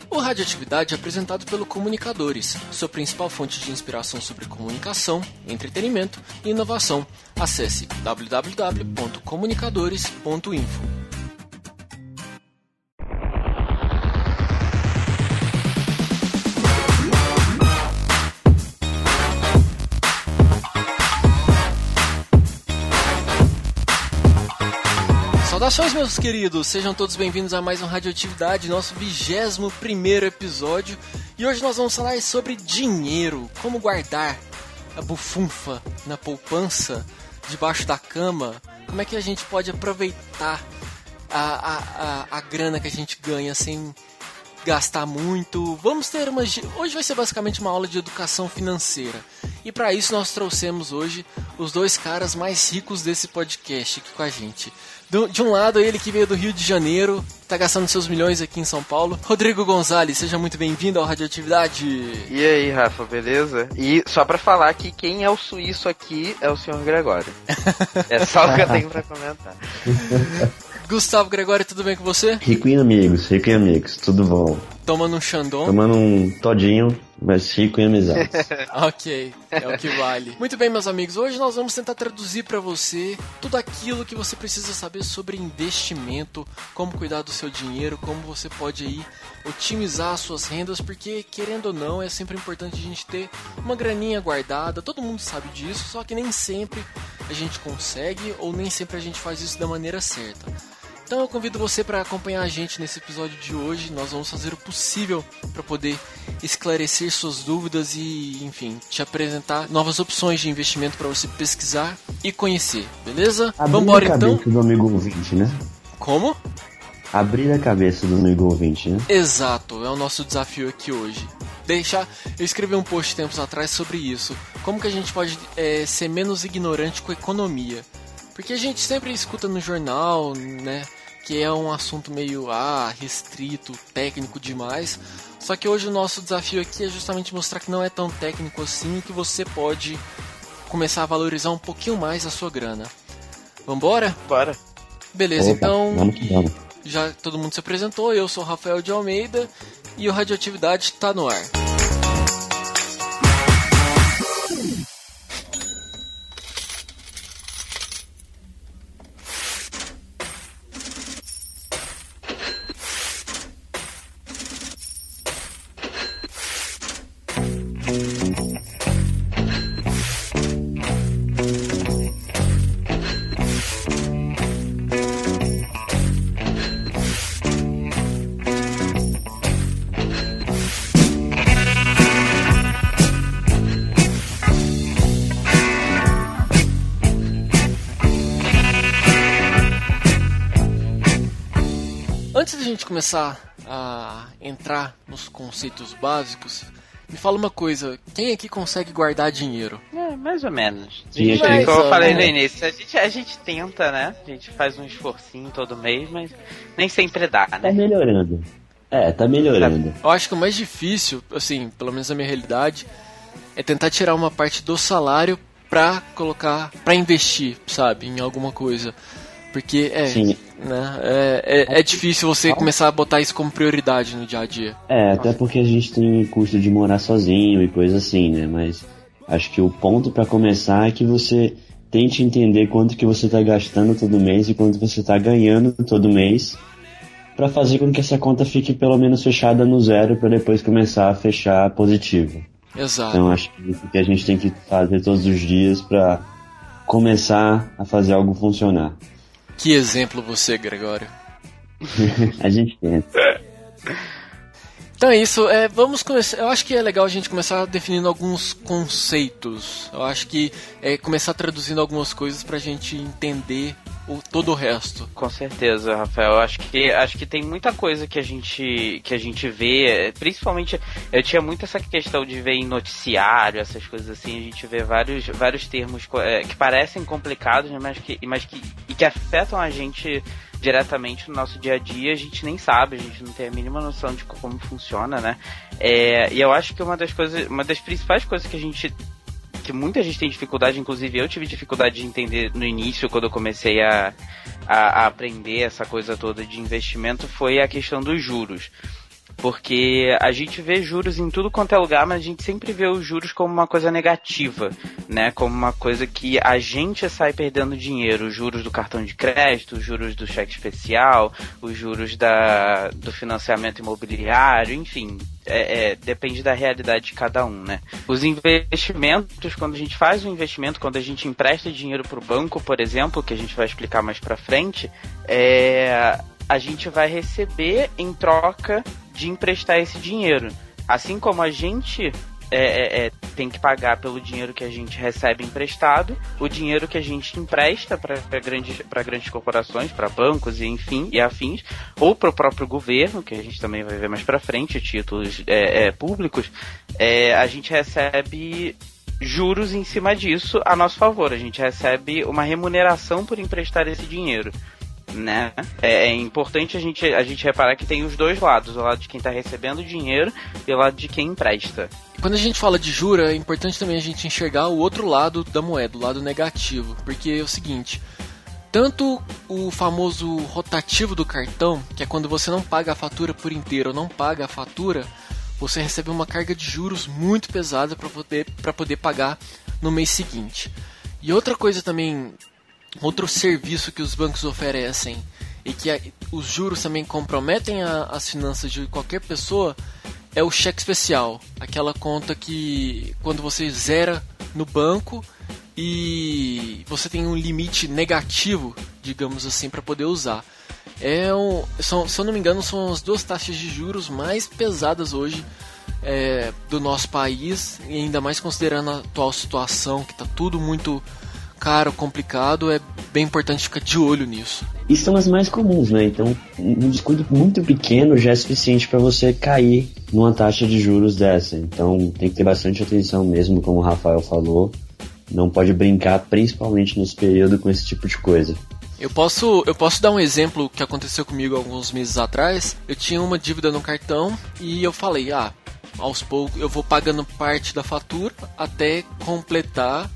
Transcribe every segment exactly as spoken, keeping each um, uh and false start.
O Radioatividade é apresentado pelo Comunicadores, sua principal fonte de inspiração sobre comunicação, entretenimento e inovação. Acesse w w w ponto comunicadores ponto info. Saudações, meus queridos! Sejam todos bem-vindos a mais um Radioatividade, nosso vigésimo primeiro episódio. E hoje nós vamos falar sobre dinheiro, como guardar a bufunfa na poupança, debaixo da cama, como é que a gente pode aproveitar a, a, a, a grana que a gente ganha sem gastar muito. Vamos ter uma... Hoje vai ser basicamente uma aula de educação financeira. E para isso nós trouxemos hoje os dois caras mais ricos desse podcast aqui com a gente. De um lado, ele que veio do Rio de Janeiro, tá gastando seus milhões aqui em São Paulo. Rodrigo Gonzalez, seja muito bem-vindo ao Radioatividade. E aí, Rafa, beleza? E só pra falar que quem é o suíço aqui é o senhor Gregório. É só o que eu tenho pra comentar. Gustavo Gregório, tudo bem com você? Rico em amigos, rico em amigos, tudo bom. Tomando um Xandão. Tomando um todinho, mas rico em amizades. Ok, é o que vale. Muito bem, meus amigos, hoje nós vamos tentar traduzir pra você tudo aquilo que você precisa saber sobre investimento, como cuidar do seu dinheiro, como você pode aí otimizar as suas rendas, porque querendo ou não, é sempre importante a gente ter uma graninha guardada, todo mundo sabe disso, só que nem sempre a gente consegue ou nem sempre a gente faz isso da maneira certa. Então eu convido você para acompanhar a gente nesse episódio de hoje. Nós vamos fazer o possível para poder esclarecer suas dúvidas e, enfim, te apresentar novas opções de investimento para você pesquisar e conhecer, beleza? Abrir Vambora a cabeça então. do amigo ouvinte, né? Como? Abrir a cabeça do amigo ouvinte, né? Exato, é o nosso desafio aqui hoje. Deixar, eu escrevi um post tempos atrás sobre isso. Como que a gente pode é, ser menos ignorante com a economia? Porque a gente sempre escuta no jornal, né, que é um assunto meio ah, restrito, técnico demais. Só que hoje o nosso desafio aqui é justamente mostrar que não é tão técnico assim e que você pode começar a valorizar um pouquinho mais a sua grana. Vambora? Bora. Beleza, Opa, então vamos que vamos. Já todo mundo se apresentou, eu sou o Rafael de Almeida e o Radioatividade tá no ar. Antes da gente começar a entrar nos conceitos básicos, me fala uma coisa, quem aqui consegue guardar dinheiro? É, mais ou menos. Sim, Gente, mais como eu ou falei no menos. início, a gente, a gente tenta, né? A gente faz um esforcinho todo mês, mas nem sempre dá, Tá né? melhorando. É, tá melhorando. Eu acho que o mais difícil, assim, pelo menos na minha realidade, é tentar tirar uma parte do salário pra colocar, pra investir, sabe, em alguma coisa. Porque é, Sim. né, é, é, é difícil você começar a botar isso como prioridade no dia a dia. É, até porque a gente tem custo de morar sozinho e coisa assim, né? Mas acho que o ponto pra começar é que você tente entender quanto que você tá gastando todo mês e quanto você tá ganhando todo mês, pra fazer com que essa conta fique pelo menos fechada no zero pra depois começar a fechar positivo. Exato. Então acho que isso que a gente tem que fazer todos os dias pra começar a fazer algo funcionar. Que exemplo você, Gregório. A gente tenta. Então é isso, é, vamos começar. Eu acho que é legal a gente começar definindo alguns conceitos. Eu acho que é começar traduzindo algumas coisas pra gente entender o, todo o resto. Com certeza, Rafael. Eu acho que acho que tem muita coisa que a gente que a gente vê, principalmente eu tinha muito essa questão de ver em noticiário, essas coisas assim, a gente vê vários vários termos é, que parecem complicados, né, mas que mas que e que afetam a gente diretamente no nosso dia a dia, a gente nem sabe, a gente não tem a mínima noção de como funciona, né? É, e eu acho que uma das coisas, uma das principais coisas que a gente que muita gente tem dificuldade, inclusive eu tive dificuldade de entender no início, quando eu comecei a, a, a aprender essa coisa toda de investimento, foi a questão dos juros. porque a gente vê juros em tudo quanto é lugar, mas a gente sempre vê os juros como uma coisa negativa, né? Como uma coisa que a gente sai perdendo dinheiro, os juros do cartão de crédito, os juros do cheque especial, os juros da, do financiamento imobiliário, enfim... É, é, depende da realidade de cada um, né? Os investimentos, quando a gente faz um investimento, quando a gente empresta dinheiro para o banco, por exemplo, que a gente vai explicar mais para frente, é, a gente vai receber em troca de emprestar esse dinheiro. Assim como a gente é, é, é, tem que pagar pelo dinheiro que a gente recebe emprestado, o dinheiro que a gente empresta para grandes, para grandes corporações, para bancos e enfim, e afins, ou para o próprio governo, que a gente também vai ver mais para frente, títulos é, é, públicos, é, a gente recebe juros em cima disso a nosso favor, a gente recebe uma remuneração por emprestar esse dinheiro. Né? É, é importante a gente, a gente reparar que tem os dois lados, o lado de quem está recebendo dinheiro e o lado de quem empresta. Quando a gente fala de juros, é importante também a gente enxergar o outro lado da moeda, o lado negativo, porque é o seguinte, tanto o famoso rotativo do cartão, que é quando você não paga a fatura por inteiro ou não paga a fatura, você recebe uma carga de juros muito pesada para poder, para poder pagar no mês seguinte. E outra coisa também, outro serviço que os bancos oferecem e que a, os juros também comprometem a, as finanças de qualquer pessoa é o cheque especial, aquela conta que quando você zera no banco e você tem um limite negativo, digamos assim, para poder usar. É um, são, se eu não me engano, são as duas taxas de juros mais pesadas hoje é, do nosso país, e ainda mais considerando a atual situação, que está tudo muito caro, complicado, é bem importante ficar de olho nisso. E são as mais comuns, né? Então, um descuido muito pequeno já é suficiente para você cair numa taxa de juros dessa. Então, tem que ter bastante atenção mesmo, como o Rafael falou. Não pode brincar, principalmente nesse período, com esse tipo de coisa. Eu posso, eu posso dar um exemplo que aconteceu comigo alguns meses atrás. Eu tinha uma dívida no cartão e eu falei, ah, aos poucos eu vou pagando parte da fatura até completar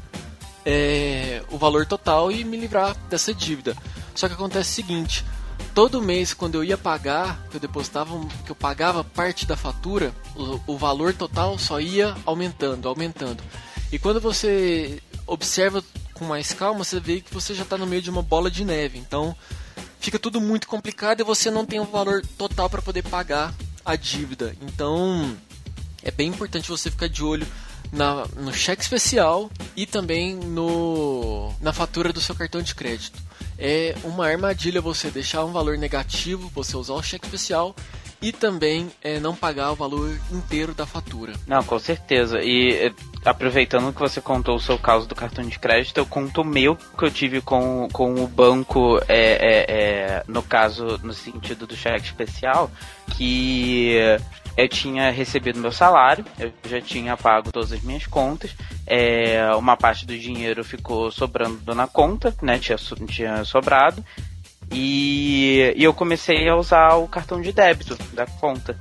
é, o valor total e me livrar dessa dívida. Só que acontece o seguinte, todo mês quando eu ia pagar, que eu depositava, que eu pagava parte da fatura, o, o valor total só ia aumentando, aumentando. E quando você observa com mais calma, você vê que você já está no meio de uma bola de neve. Então fica tudo muito complicado e você não tem o valor total para poder pagar a dívida. Então é bem importante você ficar de olho na, no cheque especial e também no, na fatura do seu cartão de crédito. É uma armadilha você deixar um valor negativo, você usar o cheque especial e também é, não pagar o valor inteiro da fatura. Não, com certeza. E aproveitando que você contou o seu caso do cartão de crédito, eu conto o meu que eu tive com, com o banco, é, é, é, no caso, no sentido do cheque especial, que eu tinha recebido meu salário, eu já tinha pago todas as minhas contas, é, uma parte do dinheiro ficou sobrando na conta, né, tinha, tinha sobrado, e, e eu comecei a usar o cartão de débito da conta.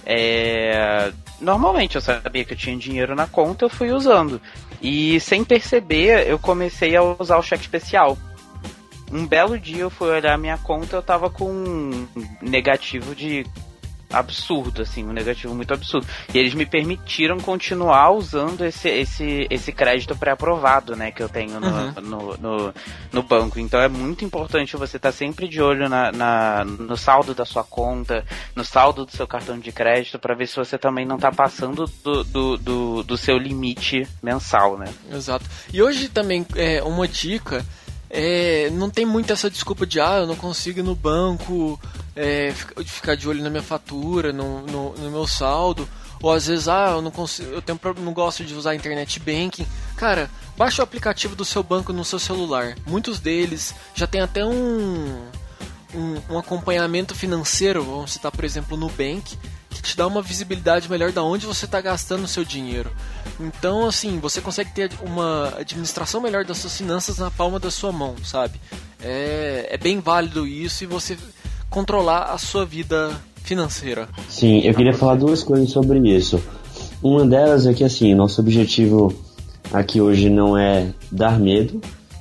É, normalmente eu sabia que eu tinha dinheiro na conta, eu fui usando, e sem perceber eu comecei a usar o cheque especial. Um belo dia eu fui olhar a minha conta, eu tava com um negativo de absurdo, assim, um negativo muito absurdo. E eles me permitiram continuar usando esse, esse, esse crédito pré-aprovado, né, que eu tenho no, uhum. no, no, no banco. Então é muito importante você estar sempre de olho na, na, no saldo da sua conta, no saldo do seu cartão de crédito, para ver se você também não está passando do, do, do, do seu limite mensal, né? Exato. E hoje também, é, uma dica... É, não tem muito essa desculpa de ah, eu não consigo ir no banco, é, ficar de olho na minha fatura, no, no, no meu saldo, ou às vezes ah, eu não consigo, eu tenho, não gosto de usar internet banking. Cara, baixa o aplicativo do seu banco no seu celular. Muitos deles já tem até um, um, um acompanhamento financeiro, vamos citar por exemplo o Nubank, que te dá uma visibilidade melhor de onde você está gastando o seu dinheiro. Então, assim, você consegue ter uma administração melhor das suas finanças na palma da sua mão, sabe? É, é bem válido isso e você controlar a sua vida financeira. Sim, eu queria falar duas coisas sobre isso. Uma delas é que, assim, nosso objetivo aqui hoje não é dar medo,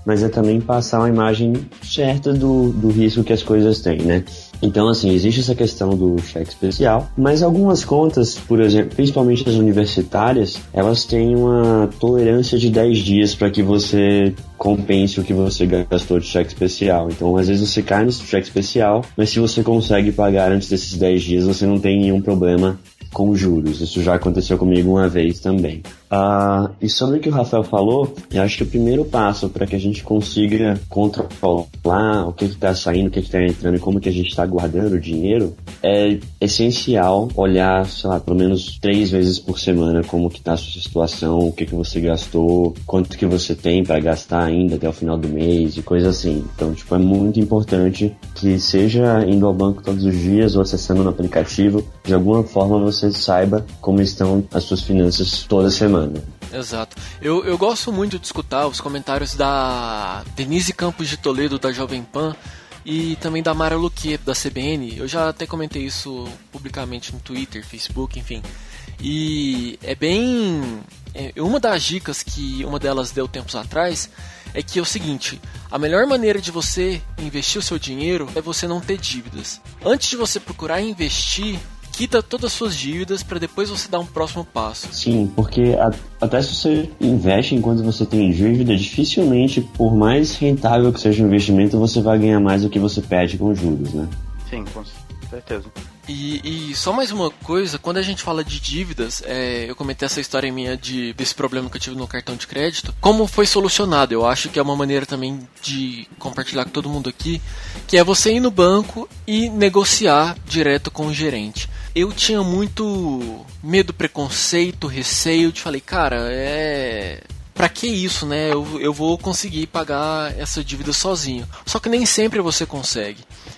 mas é também passar uma imagem certa do, do risco que as coisas têm, né? Então, assim, existe essa questão do cheque especial, mas algumas contas, por exemplo, principalmente as universitárias, elas têm uma tolerância de dez dias para que você compense o que você gastou de cheque especial. Então, às vezes você cai nesse cheque especial, mas se você consegue pagar antes desses dez dias, você não tem nenhum problema com juros. Isso já aconteceu comigo uma vez também. Ah, e sobre o que o Rafael falou, eu acho que o primeiro passo para que a gente consiga controlar o que está saindo, o que está entrando e como que a gente está guardando o dinheiro, é essencial olhar, sei lá, pelo menos três vezes por semana como que está a sua situação, o que que você gastou, quanto que você tem para gastar ainda até o final do mês e coisa assim. Então, tipo, é muito importante que seja indo ao banco todos os dias ou acessando no aplicativo, de alguma forma você saiba como estão as suas finanças toda semana. Exato. Eu, eu gosto muito de escutar os comentários da Denise Campos de Toledo, da Jovem Pan, e também da Mara Luque, da C B N. Eu já até comentei isso publicamente no Twitter, Facebook, enfim. E é bem... É, uma das dicas que uma delas deu tempos atrás é que é o seguinte: a melhor maneira de você investir o seu dinheiro é você não ter dívidas. Antes de você procurar investir, quita todas as suas dívidas para depois você dar um próximo passo. Sim, porque a, até se você investe enquanto você tem dívida, dificilmente, por mais rentável que seja o investimento, você vai ganhar mais do que você perde com juros, né? Sim, com certeza. E, e só mais uma coisa, quando a gente fala de dívidas, é, eu comentei essa história minha de, desse problema que eu tive no cartão de crédito, como foi solucionado. Eu acho que é uma maneira também de compartilhar com todo mundo aqui, que é você ir no banco e negociar direto com o gerente. Eu tinha muito medo, preconceito, receio de falei, cara, é... pra que isso, né? Eu, eu vou conseguir pagar essa dívida sozinho. Só que nem sempre você consegue.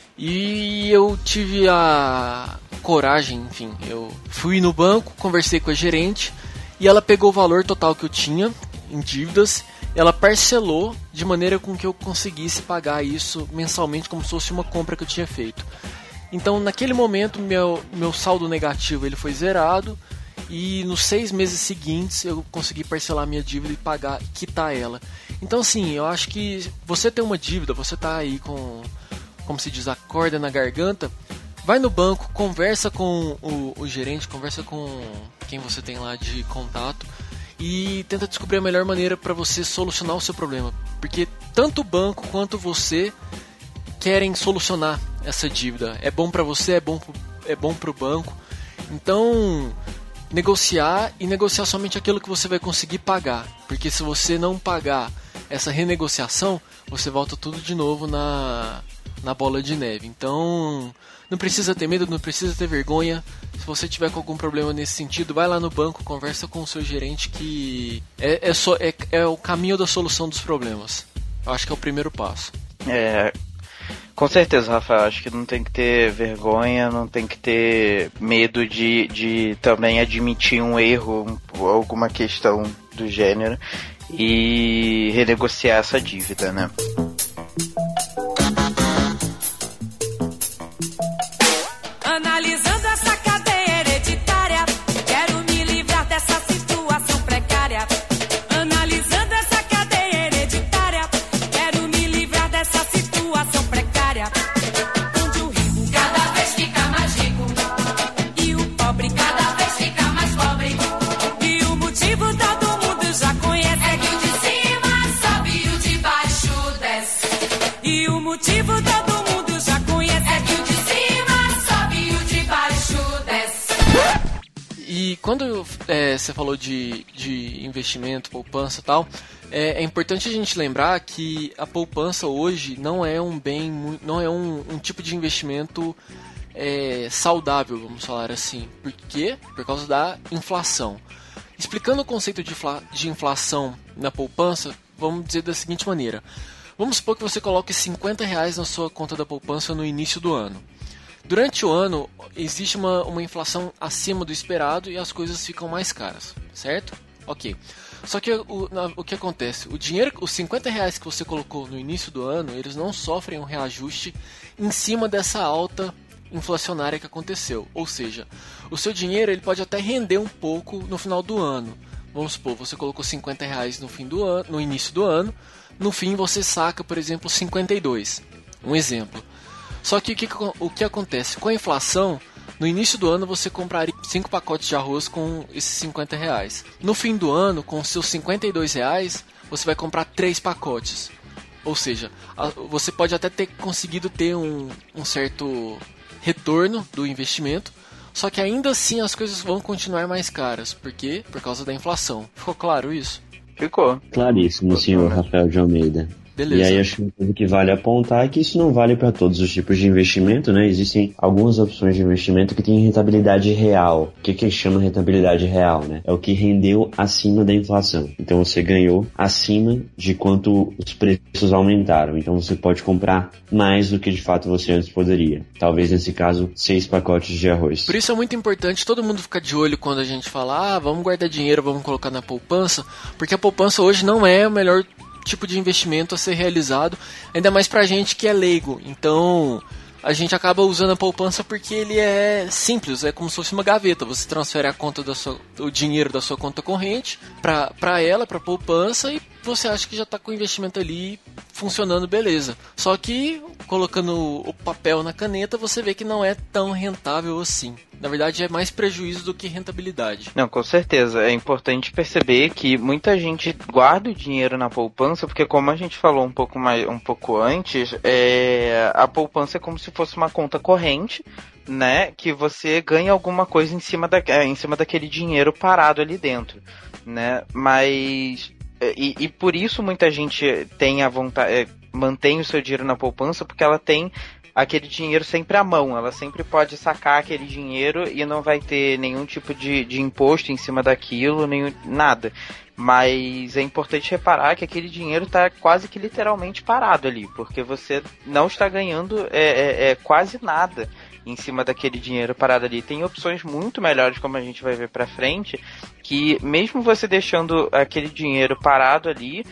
E eu tive a coragem, enfim, eu fui no banco, conversei com a gerente e ela pegou o valor total que eu tinha em dívidas, ela parcelou de maneira com que eu conseguisse pagar isso mensalmente como se fosse uma compra que eu tinha feito. Então, naquele momento, meu, meu saldo negativo ele foi zerado e nos seis meses seguintes eu consegui parcelar minha dívida e pagar, quitar ela. Então, assim, eu acho que você tem uma dívida, você tá aí com, como se diz, a corda na garganta, vai no banco, conversa com o, o gerente, conversa com quem você tem lá de contato e tenta descobrir a melhor maneira para você solucionar o seu problema. Porque tanto o banco quanto você querem solucionar essa dívida. É bom para você, é bom é bom para o banco. Então, negociar e negociar somente aquilo que você vai conseguir pagar. Porque se você não pagar essa renegociação, você volta tudo de novo na, na bola de neve. Então, não precisa ter medo, não precisa ter vergonha. Se você tiver com algum problema nesse sentido, vai lá no banco, conversa com o seu gerente, que é, é, só, é, é o caminho da solução dos problemas. Eu acho que é o primeiro passo. É... Com certeza, Rafael, acho que não tem que ter vergonha, não tem que ter medo de, de também admitir um erro, alguma questão do gênero e renegociar essa dívida, né? Analisando essa cadeia hereditária, quero me livrar dessa situação precária. Analisando essa cadeia hereditária, quero me livrar dessa situação precária. Onde o rico cada vez fica mais rico e o pobre cada vez fica mais pobre. E o motivo todo mundo já conhece, é que o de cima sobe e o de baixo desce. E o motivo todo mundo já conhece, é que o de cima sobe e o de baixo desce. E quando é, você falou de, de investimento, poupança e tal, é, é importante a gente lembrar que a poupança hoje não é um bem, não é um, um tipo de investimento é, saudável, vamos falar assim. Por quê? Por causa da inflação. Explicando o conceito de, infla, de inflação na poupança, vamos dizer da seguinte maneira. Vamos supor que você coloque cinquenta reais na sua conta da poupança no início do ano. Durante o ano, existe uma, uma inflação acima do esperado e as coisas ficam mais caras, certo? Ok. Só que o, na, o que acontece? O dinheiro, os cinquenta reais que você colocou no início do ano, eles não sofrem um reajuste em cima dessa alta inflacionária que aconteceu. Ou seja, o seu dinheiro ele pode até render um pouco no final do ano, vamos supor, você colocou cinquenta reais no fim do ano, no início do ano, no fim você saca, por exemplo, cinquenta e dois. Um exemplo. Só que o que, o que acontece? Com a inflação, no início do ano você compraria cinco pacotes de arroz com esses cinquenta reais. No fim do ano, com seus cinquenta e dois reais, você vai comprar três pacotes. Ou seja, você pode até ter conseguido ter um, um certo retorno do investimento, só que ainda assim as coisas vão continuar mais caras. Por quê? Por causa da inflação. Ficou claro isso? Ficou. Claríssimo, senhor Rafael de Almeida. Beleza. E aí acho que uma coisa que vale apontar é que isso não vale para todos os tipos de investimento, né? Existem algumas opções de investimento que têm rentabilidade real. O que que chama rentabilidade real, né? É o que rendeu acima da inflação. Então você ganhou acima de quanto os preços aumentaram. Então você pode comprar mais do que de fato você antes poderia. Talvez nesse caso, seis pacotes de arroz. Por isso é muito importante todo mundo ficar de olho quando a gente fala, ah, vamos guardar dinheiro, vamos colocar na poupança, porque a poupança hoje não é o melhor tipo de investimento a ser realizado, ainda mais pra gente que é leigo. Então a gente acaba usando a poupança porque ele é simples, é como se fosse uma gaveta. Você transfere a conta da sua, o dinheiro da sua conta corrente pra, pra ela, pra poupança, e você acha que já tá com o investimento ali funcionando, beleza. Só que colocando o papel na caneta, você vê que não é tão rentável assim. Na verdade é mais prejuízo do que rentabilidade. Não, com certeza. É importante perceber que muita gente guarda o dinheiro na poupança, porque como a gente falou um pouco, mais, um pouco antes, é, a poupança é como se fosse uma conta corrente, né, que você ganha alguma coisa em cima, da, é, em cima daquele dinheiro parado ali dentro, né, mas... E, e por isso muita gente tem a vontade, é, mantém o seu dinheiro na poupança, porque ela tem aquele dinheiro sempre à mão, ela sempre pode sacar aquele dinheiro e não vai ter nenhum tipo de, de imposto em cima daquilo, nem nada. Mas é importante reparar que aquele dinheiro está quase que literalmente parado ali, porque você não está ganhando é, é, é, quase nada em cima daquele dinheiro parado ali. Tem opções muito melhores, como a gente vai ver pra frente, que mesmo você deixando aquele dinheiro parado ali,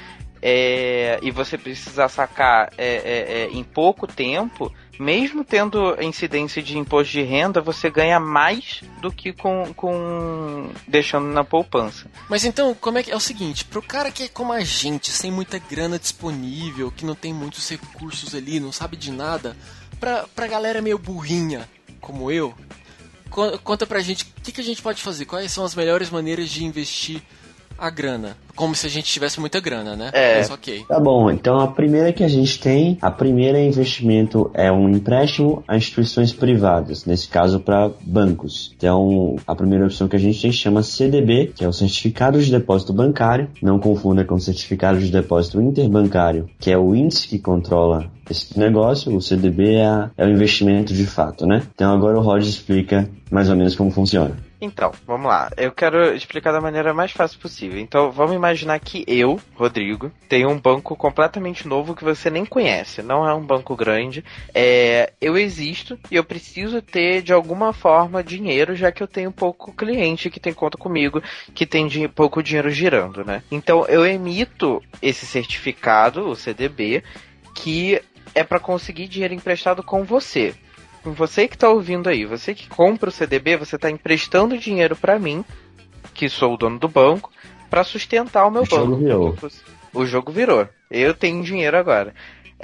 é, e você precisar sacar é, é, é, em pouco tempo, mesmo tendo incidência de imposto de renda, você ganha mais do que com, com deixando na poupança. Mas então, como é que é o seguinte, pro cara que é como a gente, sem muita grana disponível, que não tem muitos recursos ali, não sabe de nada, pra, pra galera meio burrinha, como eu, conta pra gente o que, que a gente pode fazer, quais são as melhores maneiras de investir a grana, como se a gente tivesse muita grana, né? É. Mas ok. Tá bom, então a primeira que a gente tem, a primeira investimento é um empréstimo a instituições privadas, nesse caso para bancos. Então a primeira opção que a gente tem chama C D B, que é o Certificado de Depósito Bancário, não confunda com o Certificado de Depósito Interbancário, que é o índice que controla esse negócio. O C D B é, a, é o investimento de fato, né? Então agora o Rod explica mais ou menos como funciona. Então, vamos lá. Eu quero explicar da maneira mais fácil possível. Então, vamos imaginar que eu, Rodrigo, tenho um banco completamente novo que você nem conhece. Não é um banco grande. É, eu existo e eu preciso ter, de alguma forma, dinheiro, já que eu tenho pouco cliente que tem conta comigo, que tem de, pouco dinheiro girando, né? Então, eu emito esse certificado, o C D B, que é para conseguir dinheiro emprestado com você. Você que está ouvindo aí, você que compra o C D B, você está emprestando dinheiro para mim, que sou o dono do banco, para sustentar o meu o banco. Jogo virou. O jogo virou. Eu tenho dinheiro agora.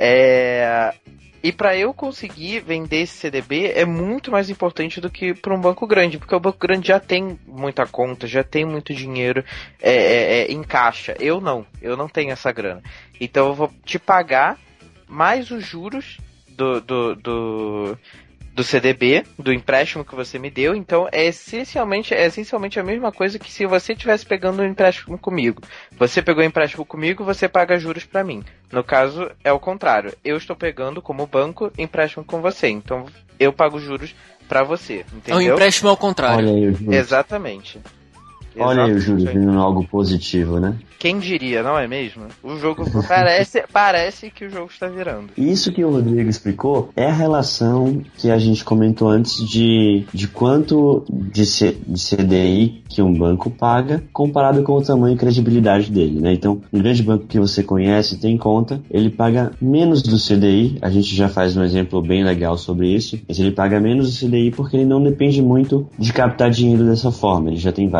É... E para eu conseguir vender esse C D B é muito mais importante do que para um banco grande, porque o banco grande já tem muita conta, já tem muito dinheiro é, é, é, em caixa. Eu não, eu não tenho essa grana. Então eu vou te pagar mais os juros do... do, do do C D B, do empréstimo que você me deu. Então é essencialmente, é essencialmente a mesma coisa que se você estivesse pegando um empréstimo comigo. Você pegou um empréstimo comigo, você paga juros para mim. No caso, é o contrário. Eu estou pegando como banco empréstimo com você. Então eu pago juros para você. Entendeu? É um empréstimo ao contrário. Olha aí, Júlio. Exatamente. Olha aí o Júlio vendo algo positivo, né? Quem diria, não é mesmo? O jogo parece, parece que o jogo está virando. Isso que o Rodrigo explicou é a relação que a gente comentou antes de, de quanto de, C, de C D I que um banco paga comparado com o tamanho e credibilidade dele, né? Então, um grande banco que você conhece, tem conta, ele paga menos do C D I, a gente já faz um exemplo bem legal sobre isso, mas ele paga menos do C D I porque ele não depende muito de captar dinheiro dessa forma, ele já tem vários clientes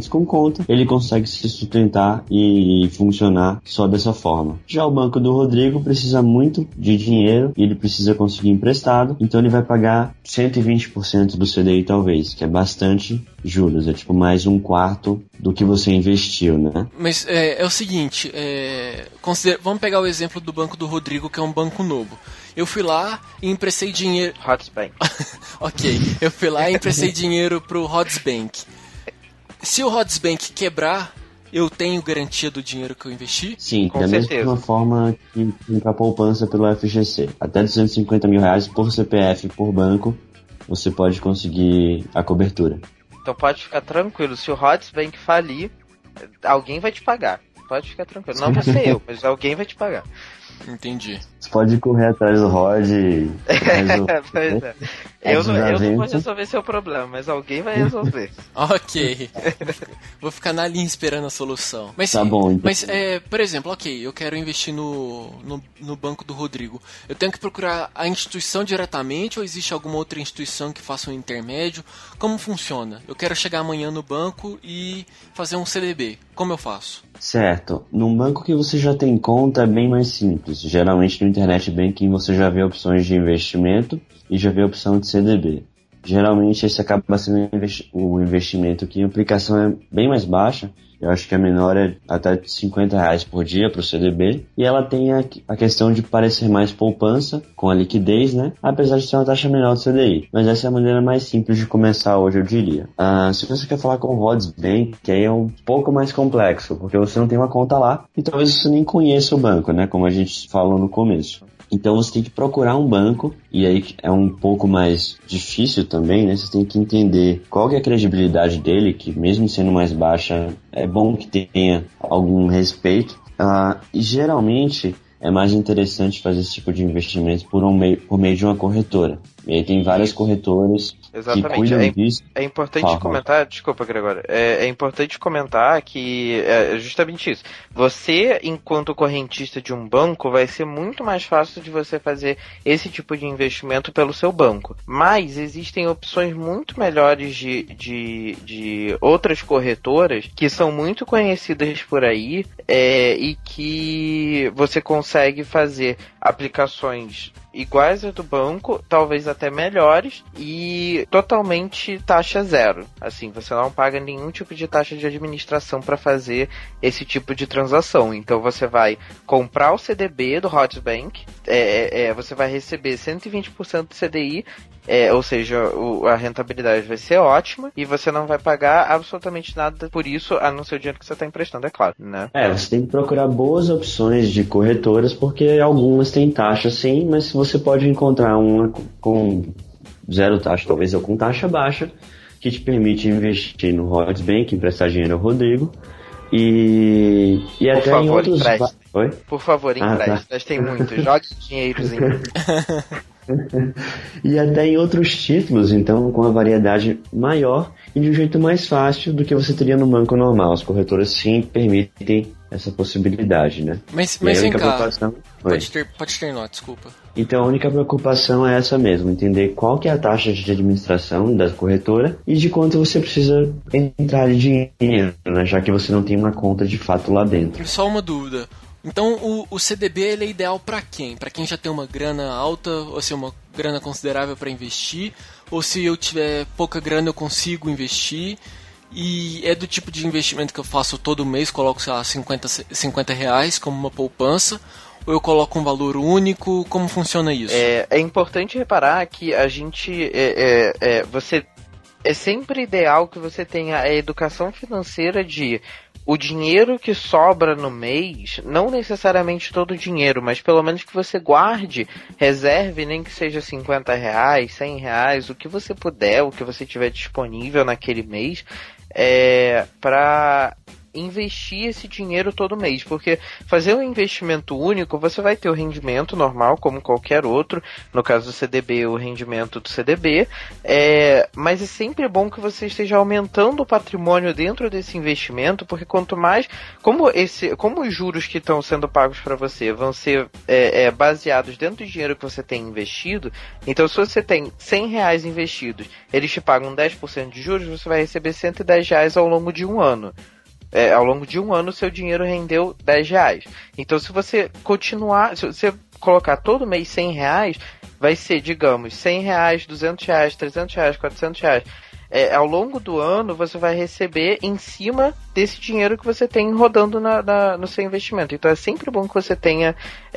com conta, ele consegue se sustentar e funcionar só dessa forma. Já o banco do Rodrigo precisa muito de dinheiro e ele precisa conseguir emprestado, então ele vai pagar cento e vinte por cento do C D I talvez, que é bastante juros, é tipo mais um quarto do que você investiu, né? Mas é, é o seguinte, é, considera, vamos pegar o exemplo do banco do Rodrigo, que é um banco novo. Eu fui lá e emprestei dinheiro... Hotsbank. Ok, eu fui lá e emprestei dinheiro pro Hotsbank. Se o Hotsbank quebrar, eu tenho garantia do dinheiro que eu investi? Sim, com da certeza. mesma forma que a poupança pelo F G C. Até duzentos e cinquenta mil reais por C P F por banco, você pode conseguir a cobertura. Então pode ficar tranquilo, se o Hotsbank falir, alguém vai te pagar. Pode ficar tranquilo. Não vai ser eu, mas alguém vai te pagar. Entendi. Você pode correr atrás do Rod e resolver. Pois é. Eu, não, eu não vou resolver seu problema, mas alguém vai resolver. Ok. Vou ficar na linha esperando a solução. Mas, tá bom, então. Mas, é, por exemplo, ok, eu quero investir no, no, no banco do Rodrigo. Eu tenho que procurar a instituição diretamente ou existe alguma outra instituição que faça um intermédio? Como funciona? Eu quero chegar amanhã no banco e fazer um C D B. Como eu faço? Certo. Num banco que você já tem conta é bem mais simples. Geralmente no Internet Banking você já vê opções de investimento e já vê a opção de C D B. Geralmente esse acaba sendo o investimento que a aplicação é bem mais baixa. Eu acho que a menor é até cinquenta reais por dia para o C D B. E ela tem a, a questão de parecer mais poupança com a liquidez, né? Apesar de ser uma taxa menor do C D I. Mas essa é a maneira mais simples de começar hoje, eu diria. Ah, se você quer falar com o Hotsbank, que aí é um pouco mais complexo, porque você não tem uma conta lá e talvez você nem conheça o banco, né? Como a gente falou no começo. Então você tem que procurar um banco, e aí é um pouco mais difícil também, né? Você tem que entender qual que é a credibilidade dele, que mesmo sendo mais baixa, é bom que tenha algum respeito. Uh, e geralmente é mais interessante fazer esse tipo de investimento por, um meio, por meio de uma corretora. E aí tem várias corretoras Exatamente. que cuidam é, disso. É importante Fala, comentar, desculpa, Gregório, é, é importante comentar que é justamente isso. Você, enquanto correntista de um banco, vai ser muito mais fácil de você fazer esse tipo de investimento pelo seu banco. Mas existem opções muito melhores de, de, de outras corretoras que são muito conhecidas por aí é, e que você consegue fazer aplicações iguais a do banco, talvez até melhores e totalmente taxa zero. Assim, você não paga nenhum tipo de taxa de administração para fazer esse tipo de transação. Então você vai comprar o C D B do Hotsbank, é, é, você vai receber cento e vinte por cento do C D I, é, ou seja, o, a rentabilidade vai ser ótima e você não vai pagar absolutamente nada por isso, a não ser o dinheiro que você está emprestando, é claro, né? É, você tem que procurar boas opções de corretoras, porque algumas têm taxa sim, mas você pode encontrar uma com zero taxa, talvez, ou com taxa baixa, que te permite investir no Hotsbank, emprestar dinheiro ao Rodrigo, e, e Por até favor, em outros... empreste. Oi? Por favor, empreste. Ah, tá. Tem muito. Jogue dinheiros em E até em outros títulos, então, com a variedade maior e de um jeito mais fácil do que você teria no banco normal. As corretoras sim permitem essa possibilidade, né? Mas, mas vem cá, preocupação... pode, ter, pode terminar, desculpa. Então a única preocupação é essa mesmo, entender qual que é a taxa de administração da corretora e de quanto você precisa entrar de dinheiro, né? Já que você não tem uma conta de fato lá dentro. Só uma dúvida. Então o, o C D B ele é ideal para quem? Para quem já tem uma grana alta, ou se uma grana considerável para investir, ou se eu tiver pouca grana eu consigo investir, e é do tipo de investimento que eu faço todo mês, coloco, sei lá, cinquenta, cinquenta reais como uma poupança, ou eu coloco um valor único, como funciona isso? É, é importante reparar que a gente, é, é, é, você, é sempre ideal que você tenha a educação financeira de o dinheiro que sobra no mês, não necessariamente todo o dinheiro, mas pelo menos que você guarde, reserve, nem que seja cinquenta reais, cem reais, o que você puder, o que você tiver disponível naquele mês, é, para investir esse dinheiro todo mês, porque fazer um investimento único, você vai ter o rendimento normal, como qualquer outro, no caso do C D B, o rendimento do C D B, é, mas é sempre bom que você esteja aumentando o patrimônio dentro desse investimento, porque quanto mais, como, esse, como os juros que estão sendo pagos para você vão ser é, é, baseados dentro do dinheiro que você tem investido, então se você tem cem reais investidos, eles te pagam dez por cento de juros, você vai receber cento e dez reais ao longo de um ano. É, ao longo de um ano, seu dinheiro rendeu dez reais. Então, se você continuar, se você colocar todo mês cem reais, vai ser, digamos, cem reais, duzentos reais, trezentos reais, quatrocentos reais. É, ao longo do ano, você vai receber em cima desse dinheiro que você tem rodando na, na, no seu investimento. Então, é sempre bom que você tenha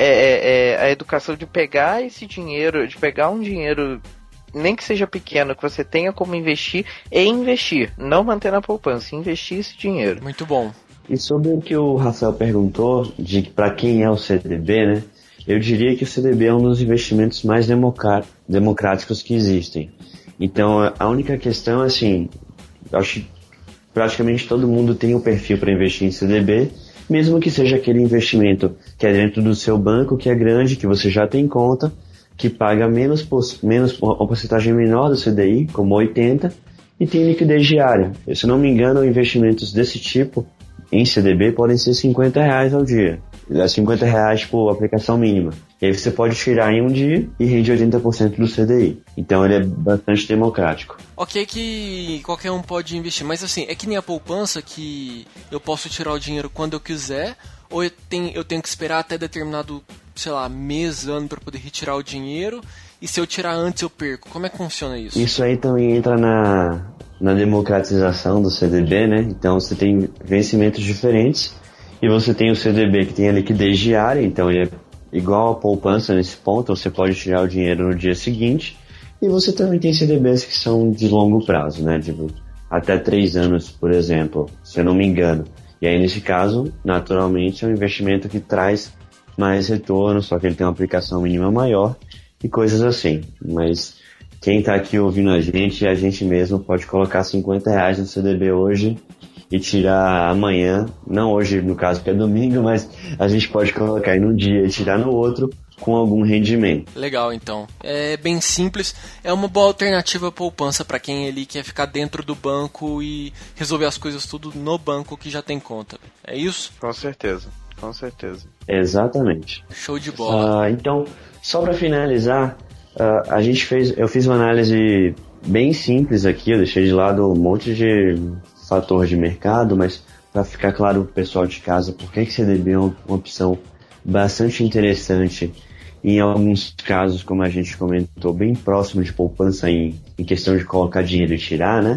é, é, a educação de pegar esse dinheiro, de pegar um dinheiro, nem que seja pequeno, que você tenha como investir e investir, não manter na poupança, investir esse dinheiro. Muito bom. E sobre o que o Rafael perguntou, de para quem é o C D B, né? Eu diria que o C D B é um dos investimentos mais democráticos que existem. Então, a única questão é assim, eu acho que praticamente todo mundo tem um perfil para investir em C D B, mesmo que seja aquele investimento que é dentro do seu banco, que é grande, que você já tem conta, que paga menos, menos uma porcentagem menor do C D I, como oitenta, e tem liquidez diária. Se não me engano, investimentos desse tipo em C D B podem ser cinquenta reais ao dia. cinquenta reais por aplicação mínima. E aí você pode tirar em um dia e rende oitenta por cento do C D I. Então ele é bastante democrático. Ok que qualquer um pode investir, mas assim, é que nem a poupança que eu posso tirar o dinheiro quando eu quiser, ou eu tenho, eu tenho que esperar até determinado, sei lá, mês, ano para poder retirar o dinheiro, e se eu tirar antes eu perco. Como é que funciona isso? Isso aí também entra na, na democratização do C D B, né? Então você tem vencimentos diferentes, e você tem o C D B que tem a liquidez diária, então ele é igual a poupança nesse ponto, você pode tirar o dinheiro no dia seguinte, e você também tem C D Bs que são de longo prazo, né? Tipo, até três anos, por exemplo, se eu não me engano. E aí, nesse caso, naturalmente, é um investimento que traz mais retorno, só que ele tem uma aplicação mínima maior e coisas assim. Mas quem está aqui ouvindo a gente, a gente mesmo pode colocar cinquenta reais no C D B hoje e tirar amanhã, não hoje no caso que é domingo, mas a gente pode colocar aí num dia e tirar no outro com algum rendimento. Legal, então. É bem simples, é uma boa alternativa à poupança para quem ele quer ficar dentro do banco e resolver as coisas tudo no banco que já tem conta. É isso? Com certeza, com certeza. Exatamente. Show de bola. Uh, então, só para finalizar, uh, a gente fez, eu fiz uma análise bem simples aqui, eu deixei de lado um monte de fator de mercado, mas para ficar claro pro pessoal de casa, por que que C D B é uma opção bastante interessante, em alguns casos, como a gente comentou, bem próximo de poupança em, em questão de colocar dinheiro e tirar, né?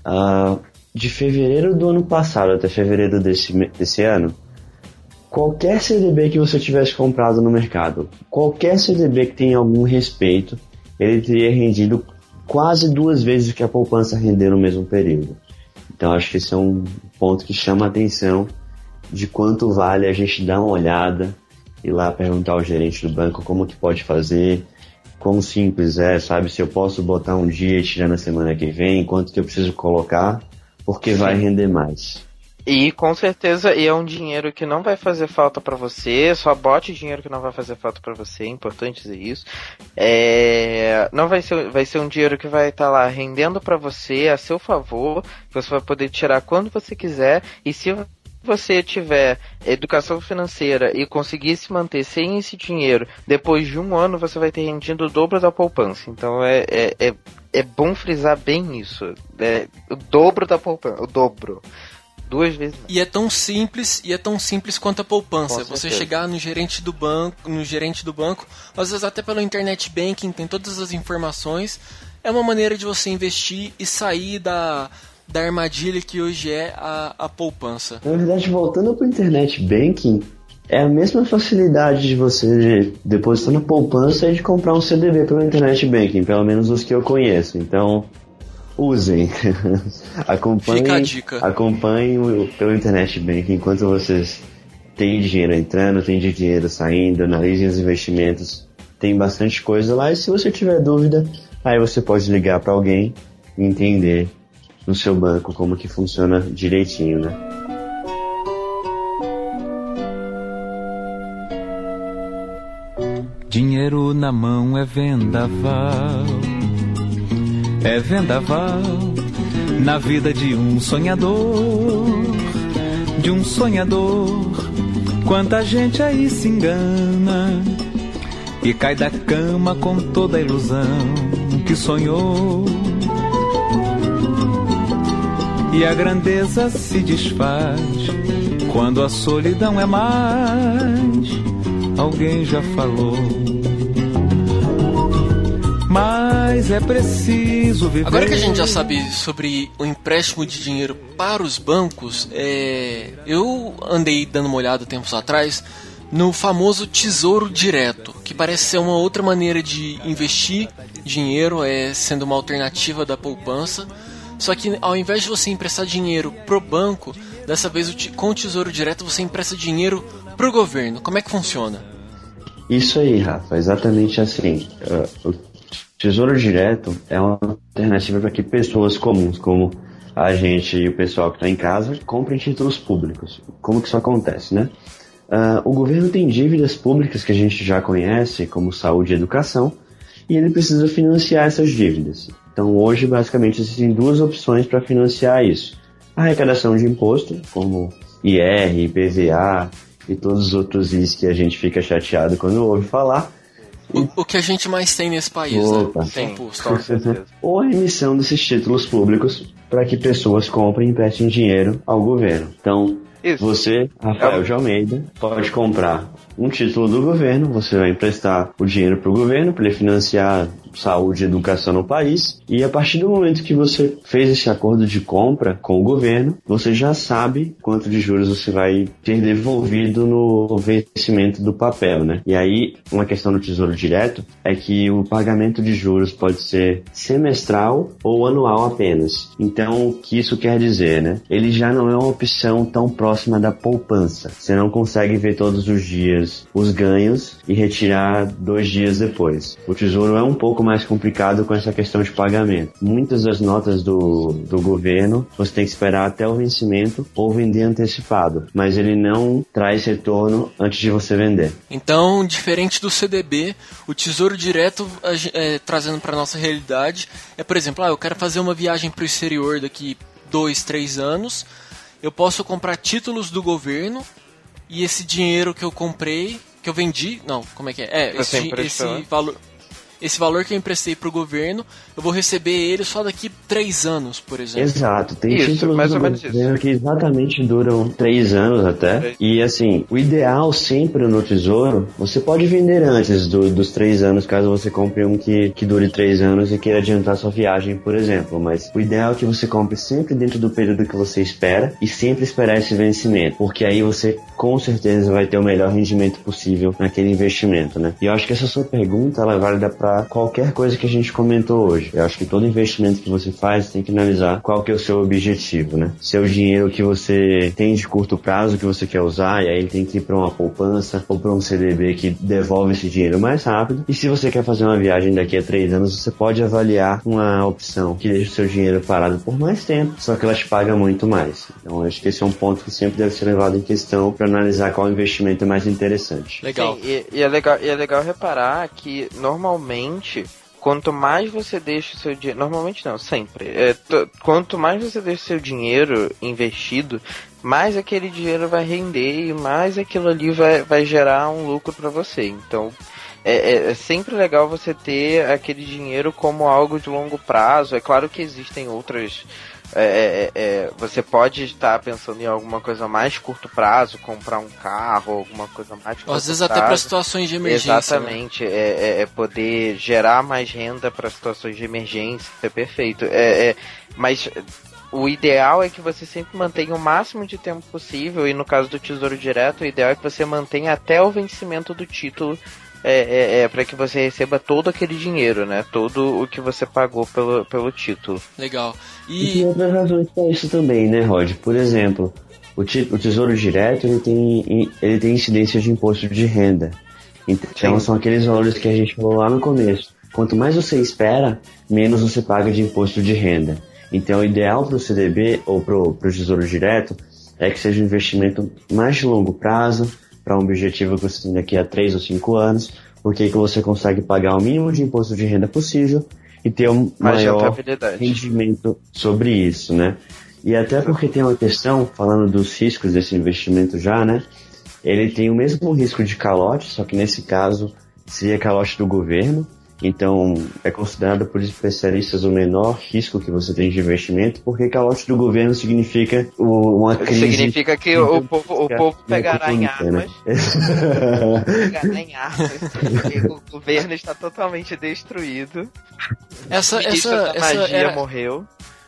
Uh, de fevereiro do ano passado até fevereiro desse, desse ano, qualquer C D B que você tivesse comprado no mercado, qualquer C D B que tenha algum respeito, ele teria rendido quase duas vezes o que a poupança rendeu no mesmo período. Então acho que esse é um ponto que chama a atenção de quanto vale a gente dar uma olhada, ir lá perguntar ao gerente do banco como que pode fazer, quão simples é, sabe, se eu posso botar um dia e tirar na semana que vem, quanto que eu preciso colocar, porque vai render mais. E com certeza, e é um dinheiro que não vai fazer falta pra você, só bote dinheiro que não vai fazer falta pra você, é importante dizer isso. É, não vai ser, vai ser um dinheiro que vai estar tá lá rendendo pra você, a seu favor, que você vai poder tirar quando você quiser, e se você tiver educação financeira e conseguir se manter sem esse dinheiro, depois de um ano você vai ter rendido o dobro da poupança. Então é, é, é, é bom frisar bem isso. É o dobro da poupança, o dobro. Duas vezes mais. E é tão simples, e é tão simples quanto a poupança. Você chegar no gerente do banco, no gerente do banco, às vezes até pelo internet banking, tem todas as informações. É uma maneira de você investir e sair da da armadilha que hoje é a, a poupança. Na verdade, voltando para o internet banking, é a mesma facilidade de você depositar na poupança e de comprar um C D B pelo internet banking, pelo menos os que eu conheço. Então, usem. acompanhem, Fica a dica. Acompanhem pelo internet banking enquanto vocês têm dinheiro entrando, têm dinheiro saindo, analisem os investimentos. Tem bastante coisa lá e se você tiver dúvida, aí você pode ligar para alguém e entender no seu banco como que funciona direitinho, né? Dinheiro na mão é vendaval, é vendaval na vida de um sonhador, de um sonhador. Quanta gente aí se engana e cai da cama com toda a ilusão que sonhou. E a grandeza se desfaz quando a solidão é mais. Alguém já falou. Mas é preciso viver. Agora que a gente já sabe sobre o empréstimo de dinheiro para os bancos, é... eu andei dando uma olhada tempos atrás no famoso Tesouro Direto, que parece ser uma outra maneira de investir dinheiro, é, sendo uma alternativa da poupança. Só que ao invés de você emprestar dinheiro pro banco, dessa vez com o Tesouro Direto você empresta dinheiro pro governo. Como é que funciona? Isso aí, Rafa, exatamente assim. Uh, o Tesouro Direto é uma alternativa para que pessoas comuns, como a gente e o pessoal que está em casa, comprem títulos públicos. Como que isso acontece, né? Uh, o governo tem dívidas públicas que a gente já conhece, como saúde e educação, e ele precisa financiar essas dívidas. Então hoje basicamente existem duas opções para financiar isso. A arrecadação de imposto, como I R, I P V A e todos os outros Is que a gente fica chateado quando ouve falar. O, o que a gente mais tem nesse país, Opa. né? Tem imposto. Ou a emissão desses títulos públicos para que pessoas comprem e emprestem dinheiro ao governo. Então, isso. Você, Rafael de Almeida, pode comprar um título do governo, você vai emprestar o dinheiro para o governo, para ele financiar saúde e educação no país, e a partir do momento que você fez esse acordo de compra com o governo, você já sabe quanto de juros você vai ter devolvido no vencimento do papel, né? E aí, uma questão do Tesouro Direto é que o pagamento de juros pode ser semestral ou anual apenas. Então, o que isso quer dizer, né? Ele já não é uma opção tão próxima da poupança. Você não consegue ver todos os dias os ganhos e retirar dois dias depois. O Tesouro é um pouco mais complicado com essa questão de pagamento. Muitas das notas do, do governo você tem que esperar até o vencimento ou vender antecipado, mas ele não traz retorno antes de você vender. Então, diferente do C D B, o Tesouro Direto, é, trazendo para nossa realidade, é, por exemplo, ah, eu quero fazer uma viagem para o exterior daqui dois, três anos, eu posso comprar títulos do governo e esse dinheiro que eu comprei, que eu vendi, não, como é que é? É, esse, esse valor... Esse valor que eu emprestei pro governo, eu vou receber ele só daqui três anos, por exemplo. Exato, tem isso, títulos mais do ou menos governo isso. que exatamente duram três anos até. É. E assim, o ideal sempre no Tesouro, você pode vender antes do, dos três anos, caso você compre um que, que dure três anos e queira adiantar sua viagem, por exemplo. Mas o ideal é que você compre sempre dentro do período que você espera e sempre esperar esse vencimento, porque aí você com certeza vai ter o melhor rendimento possível naquele investimento, né? E eu acho que essa sua pergunta, ela é válida para qualquer coisa que a gente comentou hoje. Eu acho que todo investimento que você faz tem que analisar qual que é o seu objetivo, né? Se é o dinheiro que você tem de curto prazo que você quer usar, e aí ele tem que ir para uma poupança ou para um C D B que devolve esse dinheiro mais rápido. E se você quer fazer uma viagem daqui a três anos, você pode avaliar uma opção que deixa o seu dinheiro parado por mais tempo, só que ela te paga muito mais. Então acho que esse é um ponto que sempre deve ser levado em questão para analisar qual investimento é mais interessante. Legal. Sim, e, e, é legal e é legal reparar que normalmente quanto mais você deixa o seu dinheiro... Normalmente não, sempre. É, t- quanto mais você deixa o seu dinheiro investido, mais aquele dinheiro vai render e mais aquilo ali vai, vai gerar um lucro para você. Então, é, é, é sempre legal você ter aquele dinheiro como algo de longo prazo. É claro que existem outras... É, é, é, você pode estar pensando em alguma coisa mais curto prazo, comprar um carro, alguma coisa mais curto Às vezes prazo. Até para situações de emergência. Exatamente, né? é, é, é poder gerar mais renda para situações de emergência, é perfeito. É, é, mas o ideal é que você sempre mantenha o máximo de tempo possível, e no caso do Tesouro Direto, o ideal é que você mantenha até o vencimento do título. É, é, é para que você receba todo aquele dinheiro, né? Todo o que você pagou pelo, pelo título. Legal. E... e E tem outras razões para isso também, né, Rod? Por exemplo, o, ti, o Tesouro Direto ele tem, ele tem incidência de imposto de renda. Então Sim. são aqueles valores que a gente falou lá no começo. Quanto mais você espera, menos você paga de imposto de renda. Então o ideal para o C D B ou para o Tesouro Direto é que seja um investimento mais de longo prazo, para um objetivo que você tem daqui a três ou cinco anos, porque aí você consegue pagar o mínimo de imposto de renda possível e ter um Mais maior rentabilidade. rendimento sobre isso, né? E até porque tem uma questão, falando dos riscos desse investimento já, né? Ele tem o mesmo risco de calote, só que nesse caso seria calote do governo. Então é considerado por especialistas o menor risco que você tem de investimento, porque calote do governo significa o, uma crise... Significa que o povo, o povo pegará em armas. Né? Pegará em armas. E o governo está totalmente destruído. Essa, O ministro essa, da essa magia era... morreu.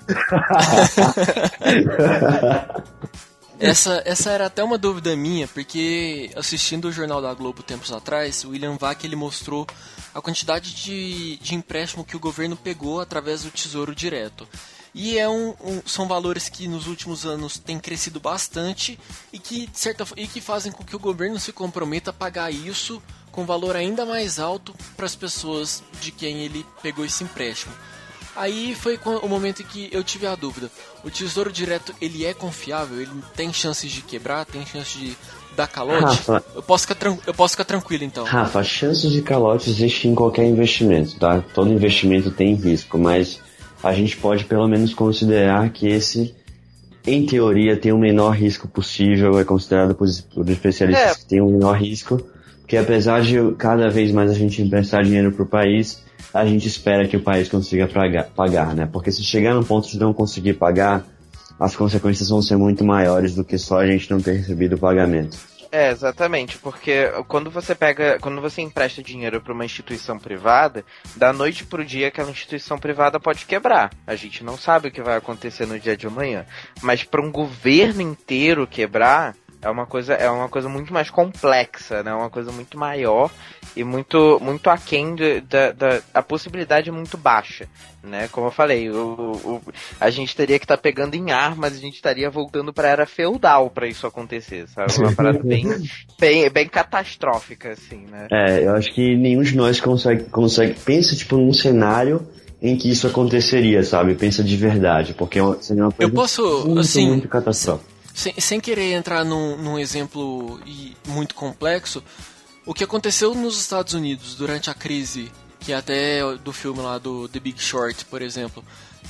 Essa, essa era até uma dúvida minha, porque assistindo o Jornal da Globo tempos atrás, o William Vac ele mostrou a quantidade de, de empréstimo que o governo pegou através do Tesouro Direto. E é um, um, são valores que nos últimos anos têm crescido bastante e que, de certa, e que fazem com que o governo se comprometa a pagar isso com valor ainda mais alto para as pessoas de quem ele pegou esse empréstimo. Aí foi o momento em que eu tive a dúvida. O Tesouro Direto, ele é confiável? Ele tem chances de quebrar? Tem chances de dar calote? Rafa, eu, posso ficar tran- eu posso ficar tranquilo, então. Rafa, chances de calote existem em qualquer investimento, tá? Todo investimento tem risco, mas a gente pode pelo menos considerar que esse, em teoria, tem o menor risco possível, é considerado por, por especialistas é. que tem o menor risco, porque apesar de cada vez mais a gente emprestar dinheiro pro país, a gente espera que o país consiga pagar, pagar, né? Porque se chegar no ponto de não conseguir pagar, as consequências vão ser muito maiores do que só a gente não ter recebido o pagamento. É, exatamente, porque quando você pega, quando você empresta dinheiro para uma instituição privada, da noite pro dia aquela instituição privada pode quebrar. A gente não sabe o que vai acontecer no dia de amanhã. Mas para um governo inteiro quebrar, é uma coisa, é uma coisa muito mais complexa, né? Uma coisa muito maior e muito, muito aquém de, da, da a possibilidade muito baixa, né? Como eu falei, o, o, a gente teria que estar tá pegando em armas, a gente estaria voltando para a era feudal para isso acontecer, sabe? Uma parada bem, bem, bem catastrófica, assim, né? É, eu acho que nenhum de nós consegue, consegue pensa, tipo, num cenário em que isso aconteceria, sabe? Pensa de verdade, porque seria uma coisa eu posso, muito, assim, muito catastrófica. Sem, sem querer entrar num, num exemplo muito complexo, o que aconteceu nos Estados Unidos durante a crise, que é até do filme lá do The Big Short, por exemplo,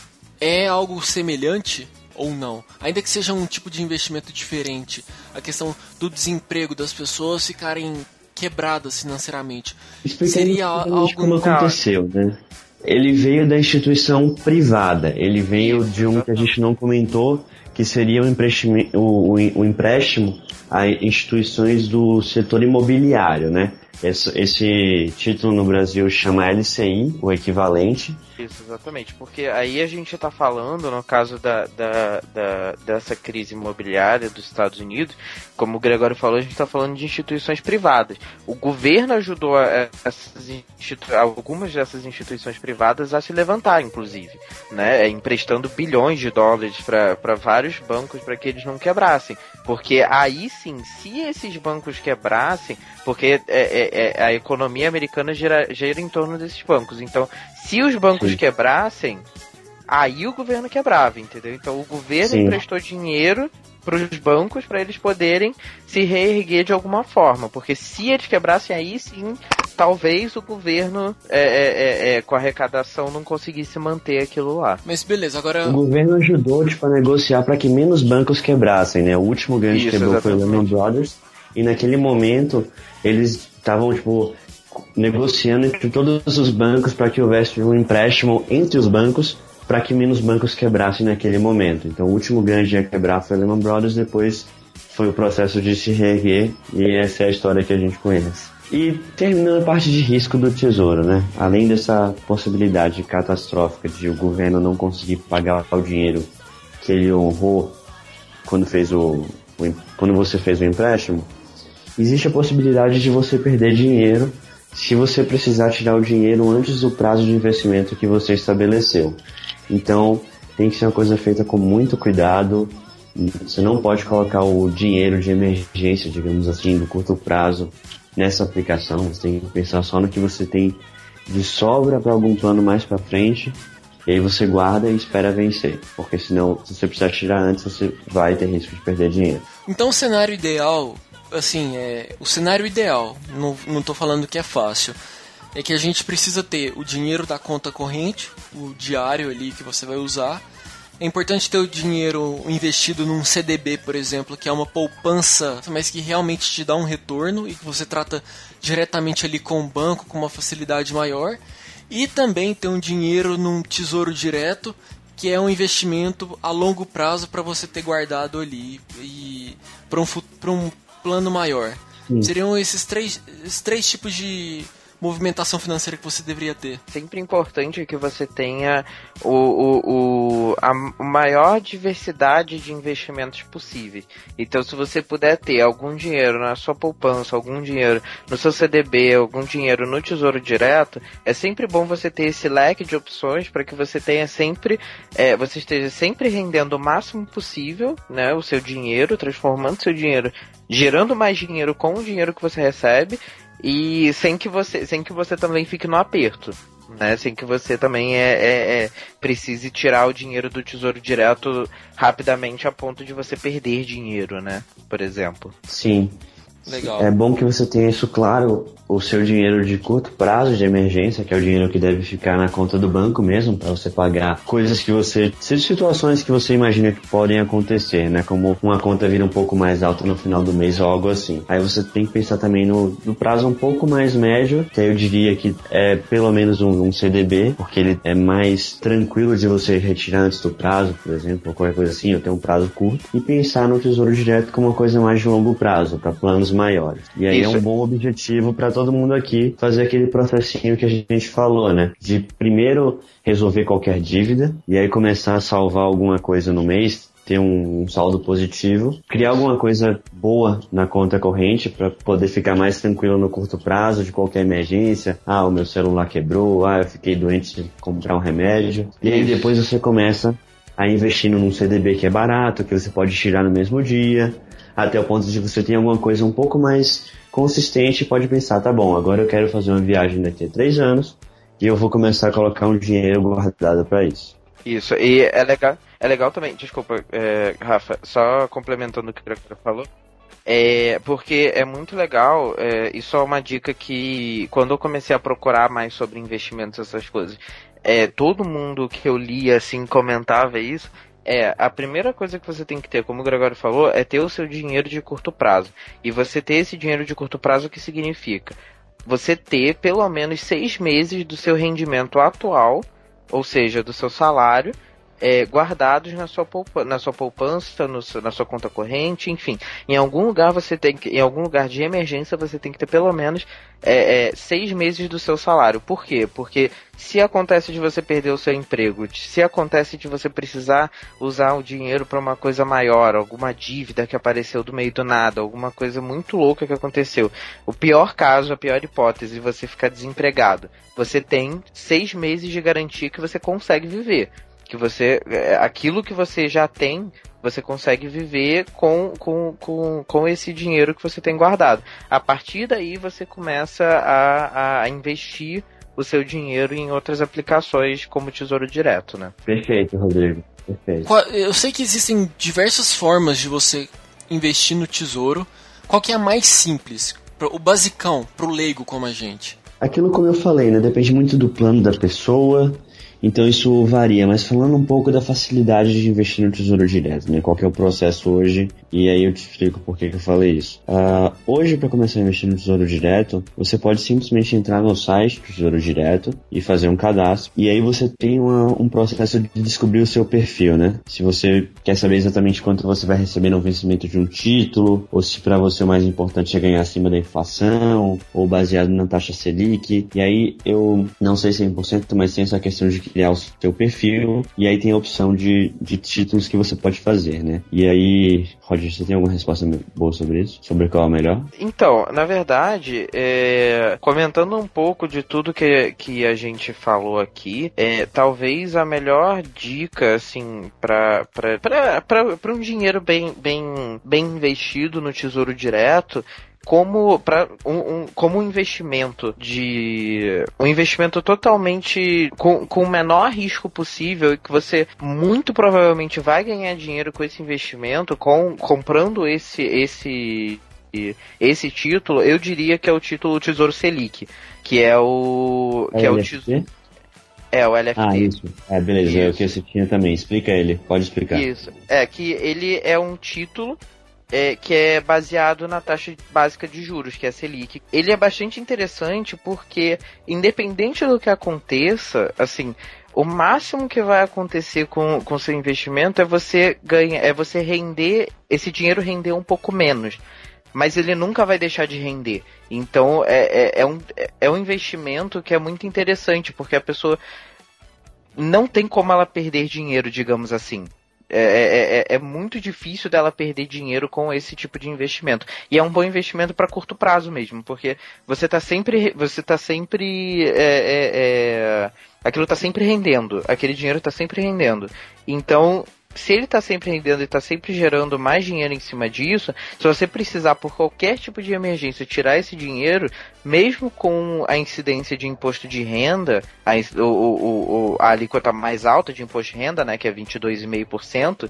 é algo semelhante ou não? Ainda que seja um tipo de investimento diferente, a questão do desemprego, das pessoas ficarem quebradas financeiramente, Explicando seria algo... como aconteceu, né? Ele veio da instituição privada, ele veio de um que a gente não comentou, que seria o empréstimo, o, o, o empréstimo a instituições do setor imobiliário, né? Esse, esse título no Brasil chama L C I, o equivalente. Isso, exatamente, porque aí a gente está falando, no caso da, da, da, dessa crise imobiliária dos Estados Unidos, como o Gregório falou, a gente está falando de instituições privadas. O governo ajudou a, essas institu- algumas dessas instituições privadas a se levantar, inclusive, né? Emprestando bilhões de dólares para vários bancos para que eles não quebrassem. Porque aí sim, se esses bancos quebrassem, porque é, é, é, a economia americana gira, gira em torno desses bancos, então se os bancos Sim. quebrassem, aí o governo quebrava, entendeu? Então o governo Sim. emprestou dinheiro para os bancos para eles poderem se reerguer de alguma forma, porque se eles quebrassem, aí sim, talvez o governo é, é, é, com a arrecadação não conseguisse manter aquilo lá. Mas beleza, agora... O governo ajudou tipo, a negociar para que menos bancos quebrassem, né? O último grande que quebrou foi o Lehman Brothers, e naquele momento eles estavam, tipo... negociando entre todos os bancos para que houvesse um empréstimo entre os bancos para que menos bancos quebrassem naquele momento. Então o último grande a quebrar foi o Lehman Brothers, depois foi o processo de se reerguer e essa é a história que a gente conhece. E terminando a parte de risco do tesouro, né? Além dessa possibilidade catastrófica de o governo não conseguir pagar o dinheiro que ele honrou quando, fez o, o, quando você fez o empréstimo, existe a possibilidade de você perder dinheiro se você precisar tirar o dinheiro antes do prazo de investimento que você estabeleceu. Então, tem que ser uma coisa feita com muito cuidado. Você não pode colocar o dinheiro de emergência, digamos assim, do curto prazo nessa aplicação. Você tem que pensar só no que você tem de sobra para algum plano mais para frente. E aí você guarda e espera vencer. Porque senão, se você precisar tirar antes, você vai ter risco de perder dinheiro. Então, o cenário ideal assim, é, o cenário ideal, não, não tô falando que é fácil, é que a gente precisa ter o dinheiro da conta corrente, o diário ali que você vai usar. É importante ter o dinheiro investido num C D B, por exemplo, que é uma poupança, mas que realmente te dá um retorno e que você trata diretamente ali com o banco com uma facilidade maior. E também ter um dinheiro num tesouro direto, que é um investimento a longo prazo para você ter guardado ali e para um, para um plano maior. Sim. Seriam esses três, esses três tipos de movimentação financeira que você deveria ter. Sempre importante que você tenha o, o, o, a maior diversidade de investimentos possíveis. Então, se você puder ter algum dinheiro na sua poupança, algum dinheiro no seu C D B, algum dinheiro no Tesouro Direto, é sempre bom você ter esse leque de opções para que você tenha sempre, é, você esteja sempre rendendo o máximo possível, né, o seu dinheiro, transformando seu dinheiro, gerando mais dinheiro com o dinheiro que você recebe, e sem que você, sem que você também fique no aperto, né? Sem que você também é, é, é, precise tirar o dinheiro do Tesouro Direto rapidamente a ponto de você perder dinheiro, né? Por exemplo. Sim. Legal. É bom que você tenha isso claro, o seu dinheiro de curto prazo de emergência, que é o dinheiro que deve ficar na conta do banco mesmo, para você pagar coisas que você, situações que você imagina que podem acontecer, né? Como uma conta vir um pouco mais alta no final do mês ou algo assim. Aí você tem que pensar também no, no prazo um pouco mais médio, que aí eu diria que é pelo menos um, um C D B, porque ele é mais tranquilo de você retirar antes do prazo, por exemplo, ou qualquer coisa assim, eu tenho um prazo curto, e pensar no Tesouro Direto como uma coisa mais de longo prazo, para planos maiores. E aí Isso. é um bom objetivo para todo mundo aqui fazer aquele processinho que a gente falou, né? De primeiro resolver qualquer dívida e aí começar a salvar alguma coisa no mês, ter um, um saldo positivo, criar alguma coisa boa na conta corrente para poder ficar mais tranquilo no curto prazo de qualquer emergência. Ah, o meu celular quebrou, ah, eu fiquei doente de comprar um remédio. E aí depois você começa a investir num C D B que é barato, que você pode tirar no mesmo dia, até o ponto de você ter alguma coisa um pouco mais consistente e pode pensar, tá bom, agora eu quero fazer uma viagem daqui a três anos e eu vou começar a colocar um dinheiro guardado para isso. Isso, e é legal, é legal também, desculpa, é, Rafa, só complementando o que o Gregory falou, é, porque é muito legal, é, isso é uma dica que quando eu comecei a procurar mais sobre investimentos, essas coisas, é, todo mundo que eu lia assim comentava isso. É, a primeira coisa que você tem que ter, como o Gregório falou, é ter o seu dinheiro de curto prazo. E você ter esse dinheiro de curto prazo, o que significa? Você ter pelo menos seis meses do seu rendimento atual, ou seja, do seu salário, é, guardados na sua, poupa, na sua poupança, no, na sua conta corrente, enfim. Em algum lugar você tem que, em algum lugar de emergência você tem que ter pelo menos é, é, seis meses do seu salário. Por quê? Porque se acontece de você perder o seu emprego, se acontece de você precisar usar o dinheiro para uma coisa maior, alguma dívida que apareceu do meio do nada, alguma coisa muito louca que aconteceu, o pior caso, a pior hipótese, você ficar desempregado, você tem seis meses de garantia que você consegue viver. Que você, aquilo que você já tem, você consegue viver com, com, com, com esse dinheiro que você tem guardado. A partir daí você começa a, a investir o seu dinheiro em outras aplicações como Tesouro Direto, né? Perfeito, Rodrigo. Perfeito. Eu sei que existem diversas formas de você investir no tesouro. Qual que é a mais simples? O basicão, pro leigo como a gente? Aquilo como eu falei, né? Depende muito do plano da pessoa. Então isso varia, mas falando um pouco da facilidade de investir no Tesouro Direto, né? Qual que é o processo hoje, e aí eu te explico por que que eu falei isso. Uh, hoje, para começar a investir no Tesouro Direto, você pode simplesmente entrar no site do Tesouro Direto e fazer um cadastro, e aí você tem uma, um processo de descobrir o seu perfil, né? Se você quer saber exatamente quanto você vai receber no vencimento de um título, ou se para você o mais importante é ganhar acima da inflação, ou baseado na taxa Selic, e aí eu não sei cem por cento, mas tem essa questão de criar o seu perfil, e aí tem a opção de, de títulos que você pode fazer, né? E aí, Roger, você tem alguma resposta boa sobre isso? Sobre qual é o melhor? Então, na verdade, é, comentando um pouco de tudo que, que a gente falou aqui, é, talvez a melhor dica, assim, para um dinheiro bem, bem, bem investido no Tesouro Direto, como para um, um, como um investimento de um investimento totalmente com, com o menor risco possível, e que você muito provavelmente vai ganhar dinheiro com esse investimento, com comprando esse esse esse título, eu diria que é o título Tesouro Selic, que é o que é o tesouro. É, o L F T. Ah, isso. É, beleza. É o que você tinha também. Explica ele. Pode explicar. Isso. É, que ele é um título é, que é baseado na taxa básica de juros, que é a Selic. Ele é bastante interessante porque, independente do que aconteça, assim, o máximo que vai acontecer com o seu investimento é você ganhar, é você render, esse dinheiro render um pouco menos. Mas ele nunca vai deixar de render. Então é, é, é, um, é um investimento que é muito interessante, porque a pessoa não tem como ela perder dinheiro, digamos assim. É, é, é muito difícil dela perder dinheiro com esse tipo de investimento. E é um bom investimento para curto prazo mesmo, porque você está sempre. Você tá sempre. É, é, é, aquilo está sempre rendendo. Aquele dinheiro está sempre rendendo. Então, se ele está sempre rendendo e está sempre gerando mais dinheiro em cima disso, se você precisar por qualquer tipo de emergência tirar esse dinheiro, mesmo com a incidência de imposto de renda, a, o, o, o, a alíquota mais alta de imposto de renda, né, que é vinte e dois vírgula cinco por cento,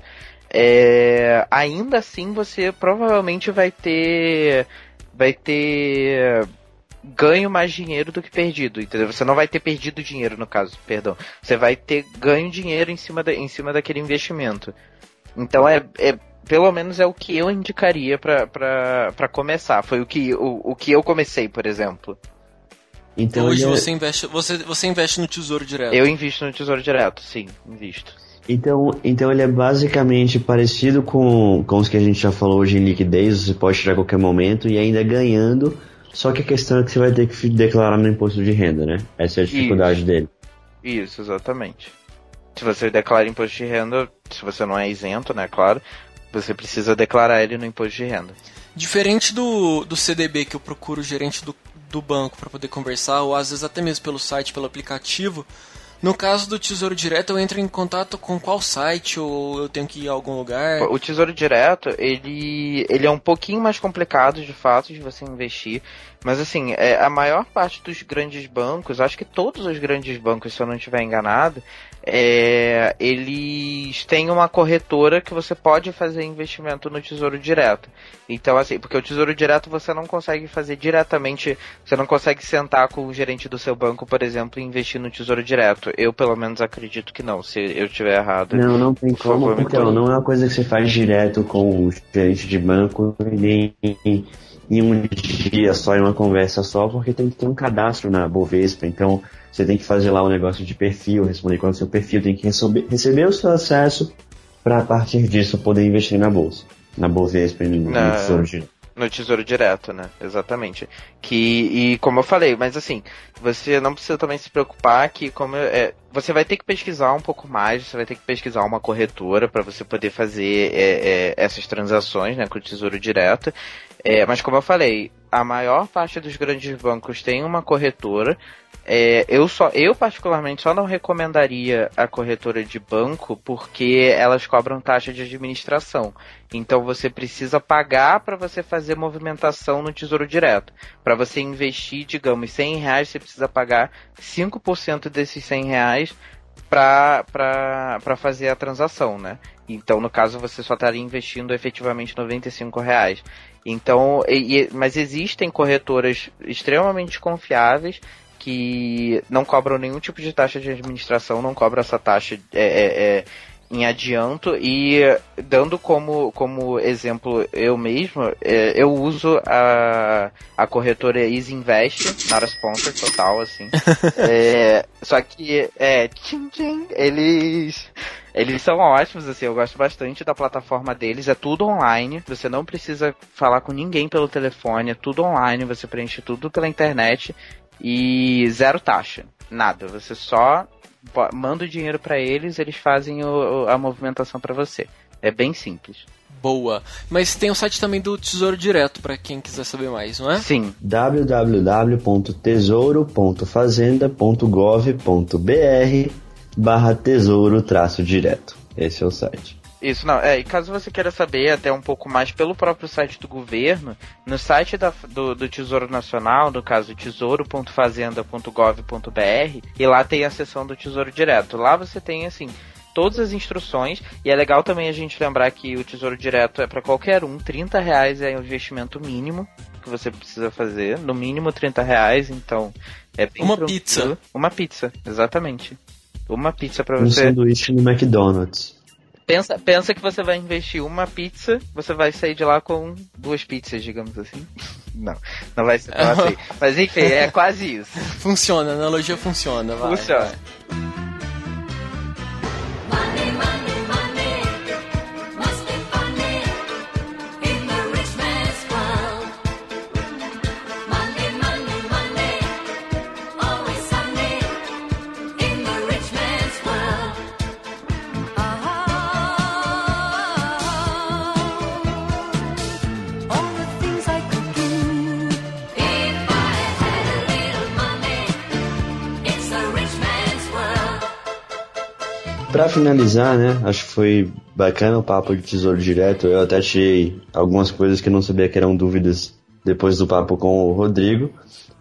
é, ainda assim você provavelmente vai ter, vai ter ganho mais dinheiro do que perdido, entendeu? Você não vai ter perdido dinheiro, no caso, perdão. Você vai ter ganho dinheiro em cima, da, em cima daquele investimento. Então, é, é, pelo menos é o que eu indicaria para começar. Foi o que, o, o que eu comecei, por exemplo. Então, hoje eu... você, investe, você, você investe no Tesouro Direto? Eu invisto no Tesouro Direto, sim, invisto. Então, então ele é basicamente parecido com, com os que a gente já falou hoje em liquidez, você pode tirar a qualquer momento e ainda ganhando. Só que a questão é que você vai ter que declarar no imposto de renda, né? Essa é a dificuldade Isso. dele. Isso, exatamente. Se você declara imposto de renda, se você não é isento, né, claro, você precisa declarar ele no imposto de renda. Diferente do, do C D B que eu procuro o gerente do, do banco para poder conversar, ou às vezes até mesmo pelo site, pelo aplicativo, no caso do Tesouro Direto eu entro em contato com qual site, ou eu tenho que ir a algum lugar? O Tesouro Direto, ele, ele é um pouquinho mais complicado de fato de você investir, mas assim, é, a maior parte dos grandes bancos, acho que todos os grandes bancos, se eu não estiver enganado, é, eles têm uma corretora que você pode fazer investimento no Tesouro Direto. Então assim, porque o Tesouro Direto você não consegue fazer diretamente, você não consegue sentar com o gerente do seu banco, por exemplo, e investir no Tesouro Direto. Eu pelo menos acredito que não, se eu estiver errado. Não, não tem como, então, não é uma coisa que você faz direto com o gerente de banco, nem em, em um dia só, em uma conversa só, porque tem que ter um cadastro na Bovespa, então você tem que fazer lá um negócio de perfil, responder qual é o seu perfil, tem que receber, receber o seu acesso para a partir disso poder investir na bolsa, na Bovespa e no, na... no Tesouro Direto. No Tesouro Direto, né? Exatamente. Que, e como eu falei, mas assim, você não precisa também se preocupar que como é, você vai ter que pesquisar um pouco mais, você vai ter que pesquisar uma corretora para você poder fazer é, é, essas transações, né, com o Tesouro Direto. É, mas como eu falei, a maior parte dos grandes bancos tem uma corretora. É, eu, só, eu particularmente só não recomendaria a corretora de banco porque elas cobram taxa de administração. Então você precisa pagar para você fazer movimentação no Tesouro Direto. Para você investir, digamos, cem reais, você precisa pagar cinco por cento desses cem reais para fazer a transação, né? Então, no caso, você só estaria investindo efetivamente noventa e cinco reais. Então, e, mas existem corretoras extremamente confiáveis que não cobram nenhum tipo de taxa de administração, não cobram essa taxa é, é, é, em adianto. E dando como, como exemplo eu mesmo, é, eu uso a, a corretora Easy Invest, not a sponsor total, assim. é, só que, é, tchim, tchim, eles... Eles são ótimos, assim, eu gosto bastante da plataforma deles, é tudo online, você não precisa falar com ninguém pelo telefone, é tudo online, você preenche tudo pela internet e zero taxa, nada, você só manda o dinheiro pra eles, eles fazem o, a movimentação pra você, é bem simples. Boa, mas tem o site também do Tesouro Direto pra quem quiser saber mais, não é? Sim. w w w ponto tesouro ponto fazenda ponto gov ponto b r barra tesouro traço direto. Esse é o site. Isso, não, é, e caso você queira saber até um pouco mais pelo próprio site do governo, no site da, do, do Tesouro Nacional, no caso tesouro ponto fazenda ponto gov ponto b r, e lá tem a seção do Tesouro Direto. Lá você tem, assim, todas as instruções, e é legal também a gente lembrar que o Tesouro Direto é para qualquer um, trinta reais é o investimento mínimo que você precisa fazer, no mínimo trinta reais, então é bem Uma tranquilo. pizza. Uma pizza, exatamente. Uma pizza para Um você. sanduíche no McDonald's. Pensa, pensa que você vai investir uma pizza, você vai sair de lá com duas pizzas, digamos assim. Não, não vai ser tão assim. Mas enfim, é quase isso. Funciona, a analogia funciona, vai. Funciona. vai. Money, money, money, must be funny in the rich man's world. Money, money, money, always sunny in the rich man's world. All the things I could do if I had a little money. It's the rich man's world. Pra finalizar, né, acho que foi bacana o papo de Tesouro Direto. Eu até tirei algumas coisas que eu não sabia que eram dúvidas depois do papo com o Rodrigo.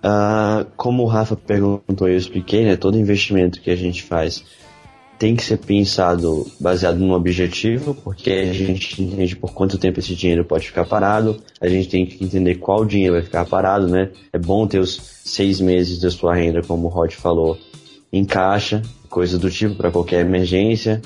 Ah, como o Rafa perguntou e eu expliquei, né, todo investimento que a gente faz tem que ser pensado baseado num objetivo, porque a gente entende por quanto tempo esse dinheiro pode ficar parado, a gente tem que entender qual dinheiro vai ficar parado, né? É bom ter os seis meses da sua renda, como o Rod falou, em caixa, coisa do tipo, para qualquer emergência.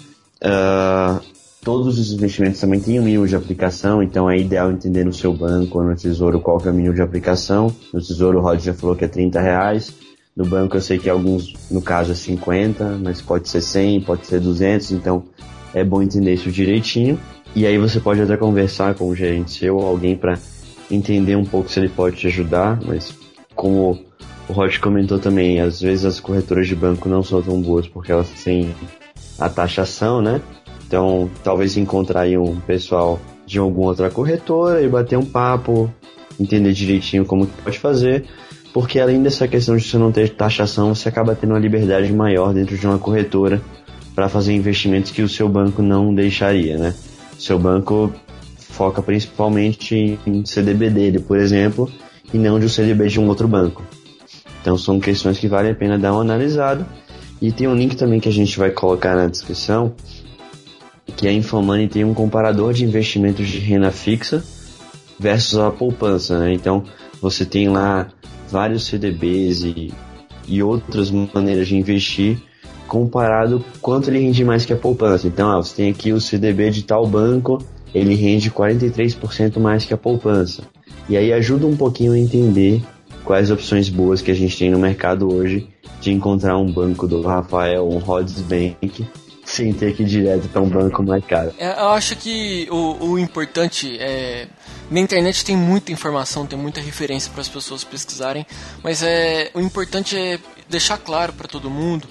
Uh, todos os investimentos também têm um mínimo de aplicação, então é ideal entender no seu banco ou no Tesouro qual que é o mínimo de aplicação. No Tesouro o Rod já falou que é trinta reais. No banco eu sei que alguns, no caso, é cinquenta, mas pode ser cem, pode ser duzentos, então é bom entender isso direitinho. E aí você pode até conversar com o gerente seu ou alguém para entender um pouco se ele pode te ajudar, mas como o Rod comentou também, às vezes as corretoras de banco não são tão boas porque elas têm a taxação, né? Então talvez encontrar aí um pessoal de alguma outra corretora e bater um papo, entender direitinho como que pode fazer. Porque além dessa questão de você não ter taxação, você acaba tendo uma liberdade maior dentro de uma corretora para fazer investimentos que o seu banco não deixaria, né? O seu banco foca principalmente em C D B dele, por exemplo, e não de um C D B de um outro banco. Então são questões que vale a pena dar uma analisada. E tem um link também que a gente vai colocar na descrição, que a Infomoney tem um comparador de investimentos de renda fixa versus a poupança, né? Então você tem lá vários C D Bs e, e outras maneiras de investir comparado quanto ele rende mais que a poupança. Então, ah, você tem aqui o C D B de tal banco, ele rende quarenta e três por cento mais que a poupança. E aí ajuda um pouquinho a entender quais opções boas que a gente tem no mercado hoje de encontrar um banco do Rafael, um Rhodes Bank, sem ter que ir direto para um banco mais caro. Eu acho que o, o importante é... Na internet tem muita informação, tem muita referência para as pessoas pesquisarem, mas é, o importante é deixar claro para todo mundo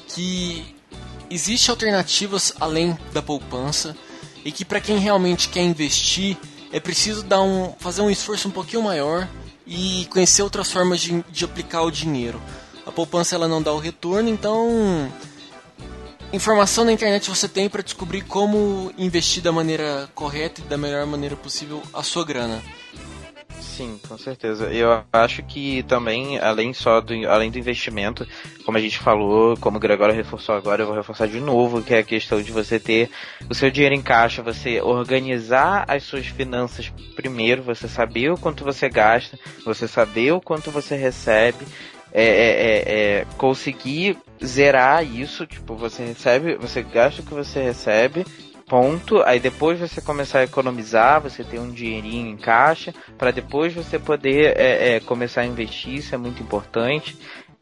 que existem alternativas além da poupança e que para quem realmente quer investir é preciso dar um, fazer um esforço um pouquinho maior e conhecer outras formas de, de aplicar o dinheiro. A poupança ela não dá o retorno, então informação na internet você tem para descobrir como investir da maneira correta e da melhor maneira possível a sua grana. Sim, com certeza. Eu acho que também, além só do, além do investimento, como a gente falou, como o Gregório reforçou agora, eu vou reforçar de novo, que é a questão de você ter o seu dinheiro em caixa, você organizar as suas finanças primeiro, você saber o quanto você gasta, você saber o quanto você recebe, É, é, é, conseguir zerar isso, tipo, você recebe, você gasta o que você recebe, ponto, aí depois você começar a economizar, você ter um dinheirinho em caixa, para depois você poder é, é, começar a investir, isso é muito importante.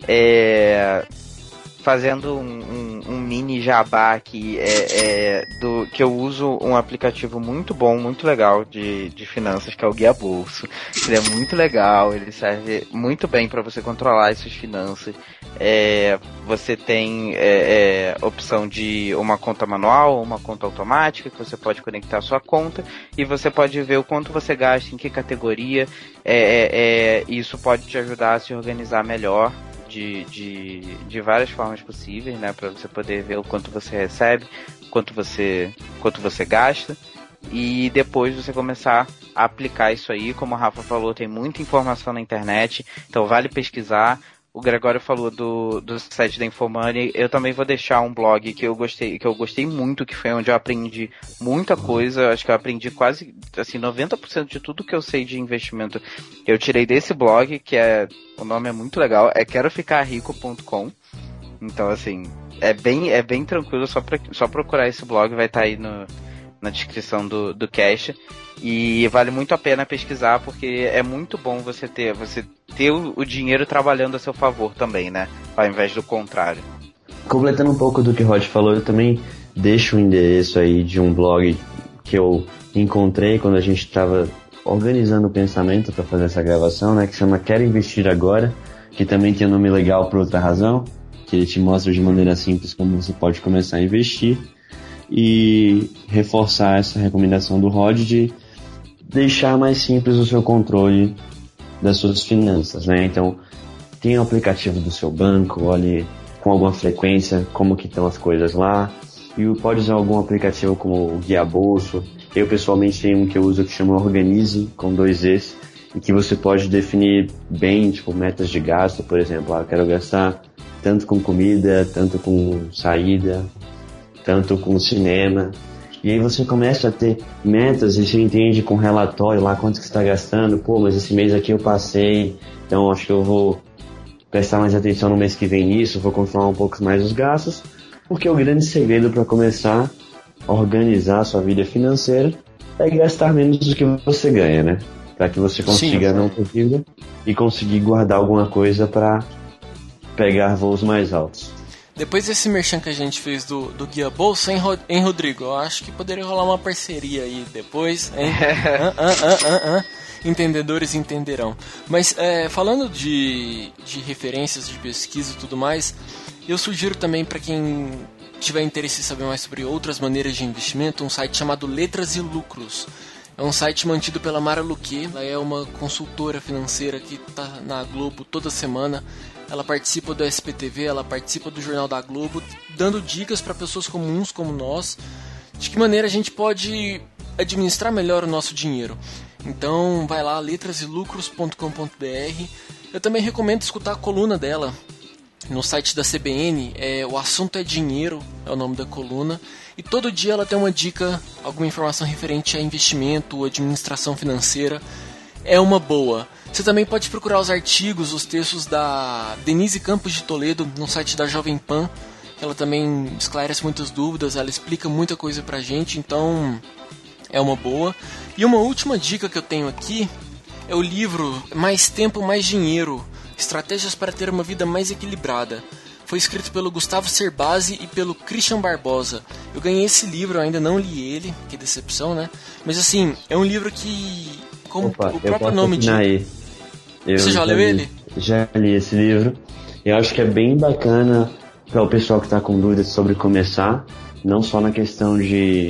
É, fazendo um, um, um mini jabá aqui, é, é, do, que eu uso um aplicativo muito bom, muito legal de, de finanças, que é o Guia Bolso. Ele é muito legal, ele serve muito bem para você controlar as suas finanças. É, você tem é, é, opção de uma conta manual, uma conta automática, que você pode conectar a sua conta, e você pode ver o quanto você gasta, em que categoria, é, é, é, isso pode te ajudar a se organizar melhor. De, de, de várias formas possíveis, né, para você poder ver o quanto você recebe, quanto você, quanto você gasta, e depois você começar a aplicar isso aí. Como o Rafa falou, tem muita informação na internet, então vale pesquisar. o Gregório falou do, do site da Infomoney, eu também vou deixar um blog que eu gostei, que eu gostei muito, que foi onde eu aprendi muita coisa. Acho que eu aprendi quase, assim, noventa por cento de tudo que eu sei de investimento. Eu tirei desse blog, que é, o nome é muito legal, é quero ficar rico ponto com. Então, assim, é bem, é bem tranquilo, só, pra, só procurar esse blog, vai estar aí no, na descrição do, do cast. E vale muito a pena pesquisar, porque é muito bom você ter, você ter o, o dinheiro trabalhando a seu favor também, né? Ao invés do contrário. Completando um pouco do que o Rod falou, eu também deixo o endereço aí de um blog que eu encontrei quando a gente estava organizando o pensamento para fazer essa gravação, né? Que chama Quero Investir Agora, que também tem um nome legal por outra razão, que ele te mostra de maneira simples como você pode começar a investir, e reforçar essa recomendação do Rod de deixar mais simples o seu controle das suas finanças, né? Então, tem o aplicativo do seu banco, olhe com alguma frequência como que estão as coisas lá, e pode usar algum aplicativo como o Guia Bolso. Eu pessoalmente tenho um que eu uso que chama Organize, com dois Es, e que você pode definir bem, tipo, metas de gasto, por exemplo, ah, eu quero gastar tanto com comida, tanto com saída, tanto com cinema. E aí você começa a ter metas e você entende com relatório lá quanto que você está gastando. Pô, mas esse mês aqui eu passei, então acho que eu vou prestar mais atenção no mês que vem nisso, vou controlar um pouco mais os gastos, porque o grande segredo para começar a organizar a sua vida financeira é gastar menos do que você ganha, né? Para que você consiga Sim, não ter dívida e conseguir guardar alguma coisa para pegar voos mais altos. Depois desse merchan que a gente fez do, do Guia Bolsa, hein, Rod- hein, Rodrigo? Eu acho que poderia rolar uma parceria aí depois, hein? ah, ah, ah, ah, ah. Entendedores entenderão. Mas é, falando de, de referências de pesquisa e tudo mais, eu sugiro também para quem tiver interesse em saber mais sobre outras maneiras de investimento, um site chamado Letras e Lucros. É um site mantido pela Mara Luque, ela é uma consultora financeira que está na Globo toda semana. Ela participa do S P T V, ela participa do Jornal da Globo, dando dicas para pessoas comuns como nós, de que maneira a gente pode administrar melhor o nosso dinheiro. Então vai lá, letras e lucros ponto com ponto b r. Eu também recomendo escutar a coluna dela no site da C B N, é, O Assunto é Dinheiro, é o nome da coluna. E todo dia ela tem uma dica, alguma informação referente a investimento, administração financeira. É uma boa. Você também pode procurar os artigos, os textos da Denise Campos de Toledo no site da Jovem Pan. Ela também esclarece muitas dúvidas, ela explica muita coisa pra gente, então é uma boa. E uma última dica que eu tenho aqui é o livro Mais Tempo, Mais Dinheiro, Estratégias para ter uma vida mais equilibrada. Foi escrito pelo Gustavo Cerbasi e pelo Christian Barbosa. Eu ganhei esse livro, eu ainda não li ele, que decepção, né? Mas assim, é um livro que, como Opa, o próprio nome diz... Você já, já leu li, ele? Já li esse livro. Eu acho que é bem bacana para o pessoal que está com dúvidas sobre começar, não só na questão de,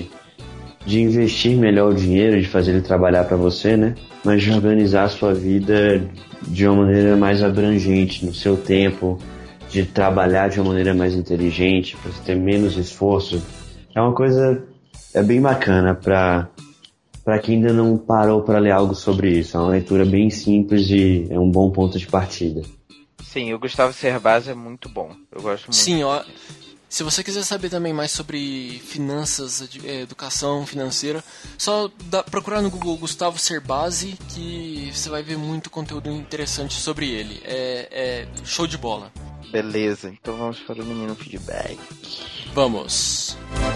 de investir melhor o dinheiro, de fazer ele trabalhar para você, né? Mas de organizar a sua vida de uma maneira mais abrangente, no seu tempo, de trabalhar de uma maneira mais inteligente, para você ter menos esforço. É uma coisa, é bem bacana para para quem ainda não parou para ler algo sobre isso. É uma leitura bem simples e é um bom ponto de partida. Sim, o Gustavo Cerbasi é muito bom. Eu gosto muito. Sim, ó, se você quiser saber também mais sobre finanças, educação financeira, só dá, procurar no Google Gustavo Cerbasi que você vai ver muito conteúdo interessante sobre ele. É, é show de bola. Beleza, então vamos para o menino feedback. Vamos.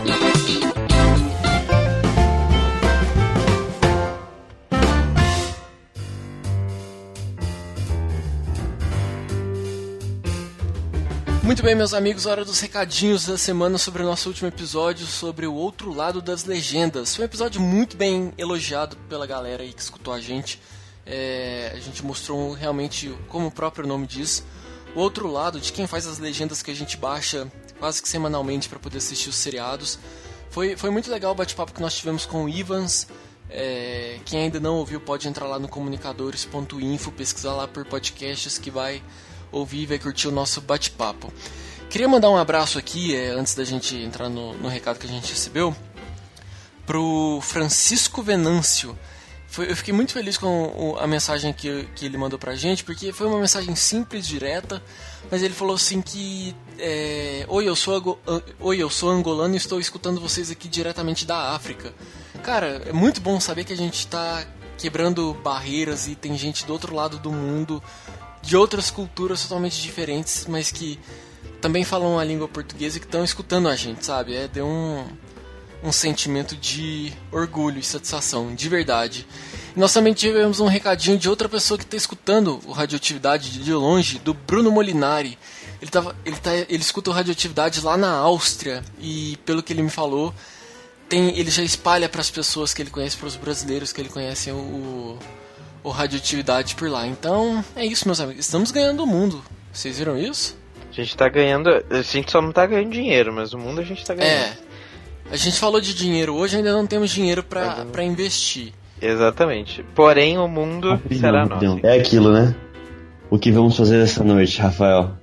Muito bem, meus amigos, hora dos recadinhos da semana sobre o nosso último episódio, sobre o outro lado das legendas. Foi um episódio muito bem elogiado pela galera aí que escutou a gente. É, a gente mostrou realmente, como o próprio nome diz, o outro lado de quem faz as legendas que a gente baixa quase que semanalmente para poder assistir os seriados. Foi, foi muito legal o bate-papo que nós tivemos com o Ivans. É, quem ainda não ouviu pode entrar lá no comunicadores ponto info, pesquisar lá por podcasts que vai ouvir e vai curtir o nosso bate-papo. Queria mandar um abraço aqui, é, antes da gente entrar no, no recado que a gente recebeu, pro Francisco Venâncio. foi, eu fiquei muito feliz com o, a mensagem que, que ele mandou pra gente, porque foi uma mensagem simples, direta, mas ele falou assim que é, Oi, eu sou, Oi, eu sou angolano e estou escutando vocês aqui diretamente da África. Cara, é muito bom saber que a gente tá quebrando barreiras e tem gente do outro lado do mundo, de outras culturas totalmente diferentes, mas que também falam a língua portuguesa e que estão escutando a gente, sabe? É, deu um, um sentimento de orgulho e satisfação, de verdade. E nós também tivemos um recadinho de outra pessoa que está escutando o Radioatividade de longe, do Bruno Molinari. Ele, tava, ele, tá, ele escuta o Radioatividade lá na Áustria e, pelo que ele me falou, tem, ele já espalha para as pessoas que ele conhece, para os brasileiros que ele conhece o, o, o Radioatividade por lá. Então, é isso, meus amigos. Estamos ganhando o mundo. Vocês viram isso? A gente tá ganhando... A gente só não tá ganhando dinheiro, mas o mundo a gente tá ganhando. É. A gente falou de dinheiro hoje, ainda não temos dinheiro pra, pra investir. Exatamente. Porém, o mundo Rapidão, será rapidão. nosso. É aquilo, né? O que vamos fazer essa noite, Rafael?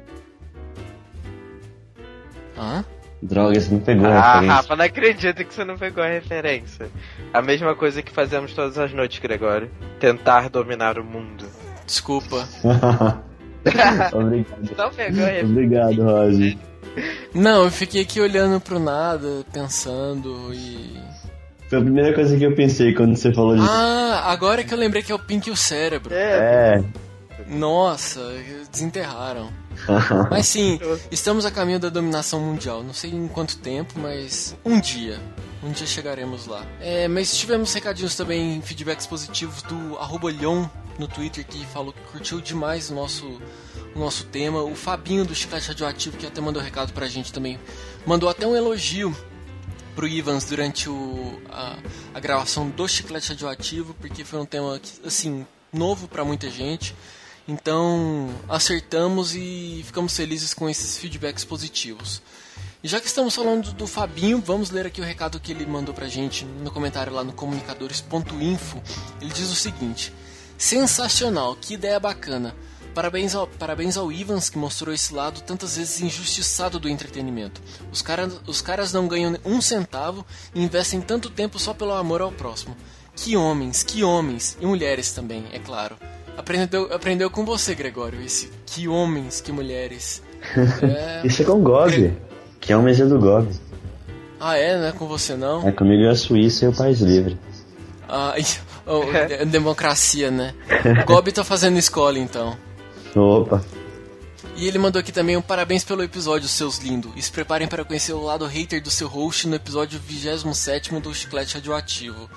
Hã? Droga, você não pegou a Ah, referência. Rafa, não acredito que você não pegou a referência. A mesma coisa que fazemos todas as noites, Gregório. Tentar dominar o mundo. Desculpa. Obrigado. Não pegou a referência. Obrigado, Rosi. Não, eu fiquei aqui olhando pro nada, pensando e... Foi a primeira coisa que eu pensei quando você falou disso. Ah, agora que eu lembrei que é o Pink e o Cérebro. É, É. Nossa, desenterraram. Mas sim, estamos a caminho da dominação mundial. Não sei em quanto tempo, mas um dia. Um dia chegaremos lá. É, mas tivemos recadinhos também, feedbacks positivos do arroba Lhon no Twitter, que falou que curtiu demais o nosso, o nosso tema. O Fabinho do Chiclete Radioativo, que até mandou recado pra gente também, mandou até um elogio pro Ivans durante o, a, a gravação do Chiclete Radioativo, porque foi um tema, assim, novo pra muita gente. Então, acertamos e ficamos felizes com esses feedbacks positivos. E já que estamos falando do Fabinho, vamos ler aqui o recado que ele mandou pra gente no comentário lá no comunicadores ponto info. Ele diz o seguinte: sensacional, que ideia bacana. Parabéns ao, parabéns ao Ivans, que mostrou esse lado tantas vezes injustiçado do entretenimento. Os, cara, os caras não ganham um centavo e investem tanto tempo só pelo amor ao próximo. Que homens, que homens. E mulheres também, é claro. Aprendeu, aprendeu com você, Gregório, esse que homens, que mulheres. É... Isso é com o Gob, que é um mês do Gob. Ah, é? Não é com você, não? É comigo é a Suíça e o País Livre. Ah, oh, democracia, né? O Gob tá fazendo escola, então. Opa. E ele mandou aqui também um parabéns pelo episódio, seus lindos. E se preparem para conhecer o lado hater do seu host no episódio vigésimo sétimo do Chiclete Radioativo.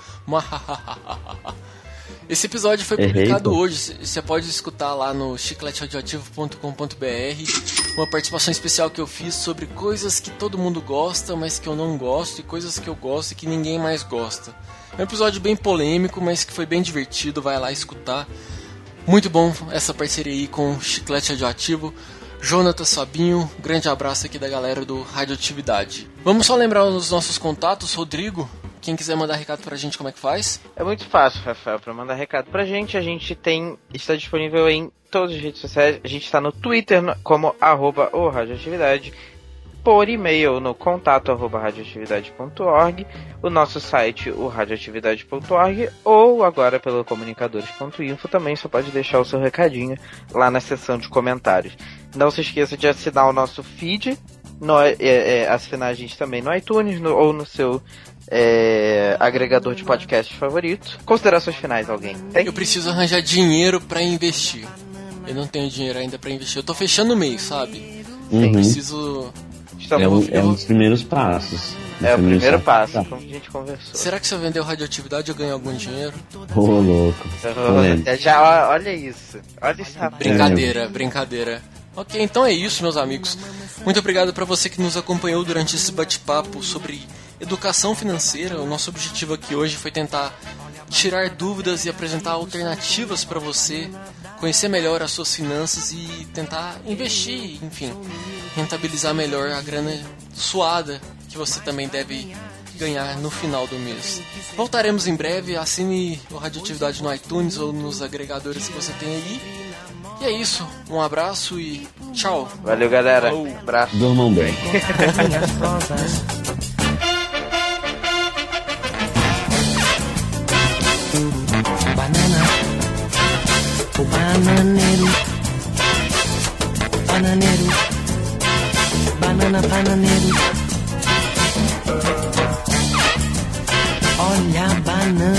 Esse episódio foi publicado Errei, hoje. Você pode escutar lá no chiclete radioativo ponto com ponto b r. Uma participação especial que eu fiz sobre coisas que todo mundo gosta, mas que eu não gosto, e coisas que eu gosto e que ninguém mais gosta. É um episódio bem polêmico, mas que foi bem divertido. Vai lá escutar. Muito bom essa parceria aí com o Chiclete Radioativo. Jonatas, Fabinho, grande abraço aqui da galera do Radioatividade. Vamos só lembrar os nossos contatos. Rodrigo, quem quiser mandar recado pra gente, como é que faz? É muito fácil, Rafael, pra mandar recado pra gente. A gente tem, está disponível em todas as redes sociais. A gente está no Twitter no, como arroba o Radioatividade, por e-mail no contato arroba radioatividade ponto org, o nosso site o radioatividade ponto org, ou agora pelo comunicadores ponto info. Também só pode deixar o seu recadinho lá na seção de comentários. Não se esqueça de assinar o nosso feed, no, é, é, assinar a gente também no iTunes no, ou no seu é, agregador de podcast favorito. Considerações finais, alguém tem? Eu preciso arranjar dinheiro pra investir. Eu não tenho dinheiro ainda pra investir. Eu tô fechando o mês, sabe? Uhum. Eu preciso... É um, é um dos primeiros passos. É o primeiro passos. passo, como a gente conversou. Será que se eu vender o Radioatividade eu ganho algum dinheiro? Ô, louco. Oh, já, olha isso. Olha isso, rapaz. Brincadeira, brincadeira. Ok, então é isso, meus amigos. Muito obrigado para você que nos acompanhou durante esse bate-papo sobre educação financeira. O nosso objetivo aqui hoje foi tentar tirar dúvidas e apresentar alternativas para você conhecer melhor as suas finanças e tentar investir, enfim, rentabilizar melhor a grana suada que você também deve ganhar no final do mês. Voltaremos em breve. Assine o Radioatividade no iTunes ou nos agregadores que você tem aí. E é isso, um abraço e tchau. Valeu, galera. Falou. Abraço. Durmam bem. Minhas rosas. bananeiro, bananeiro, banana, bananeiro. Olha a banana.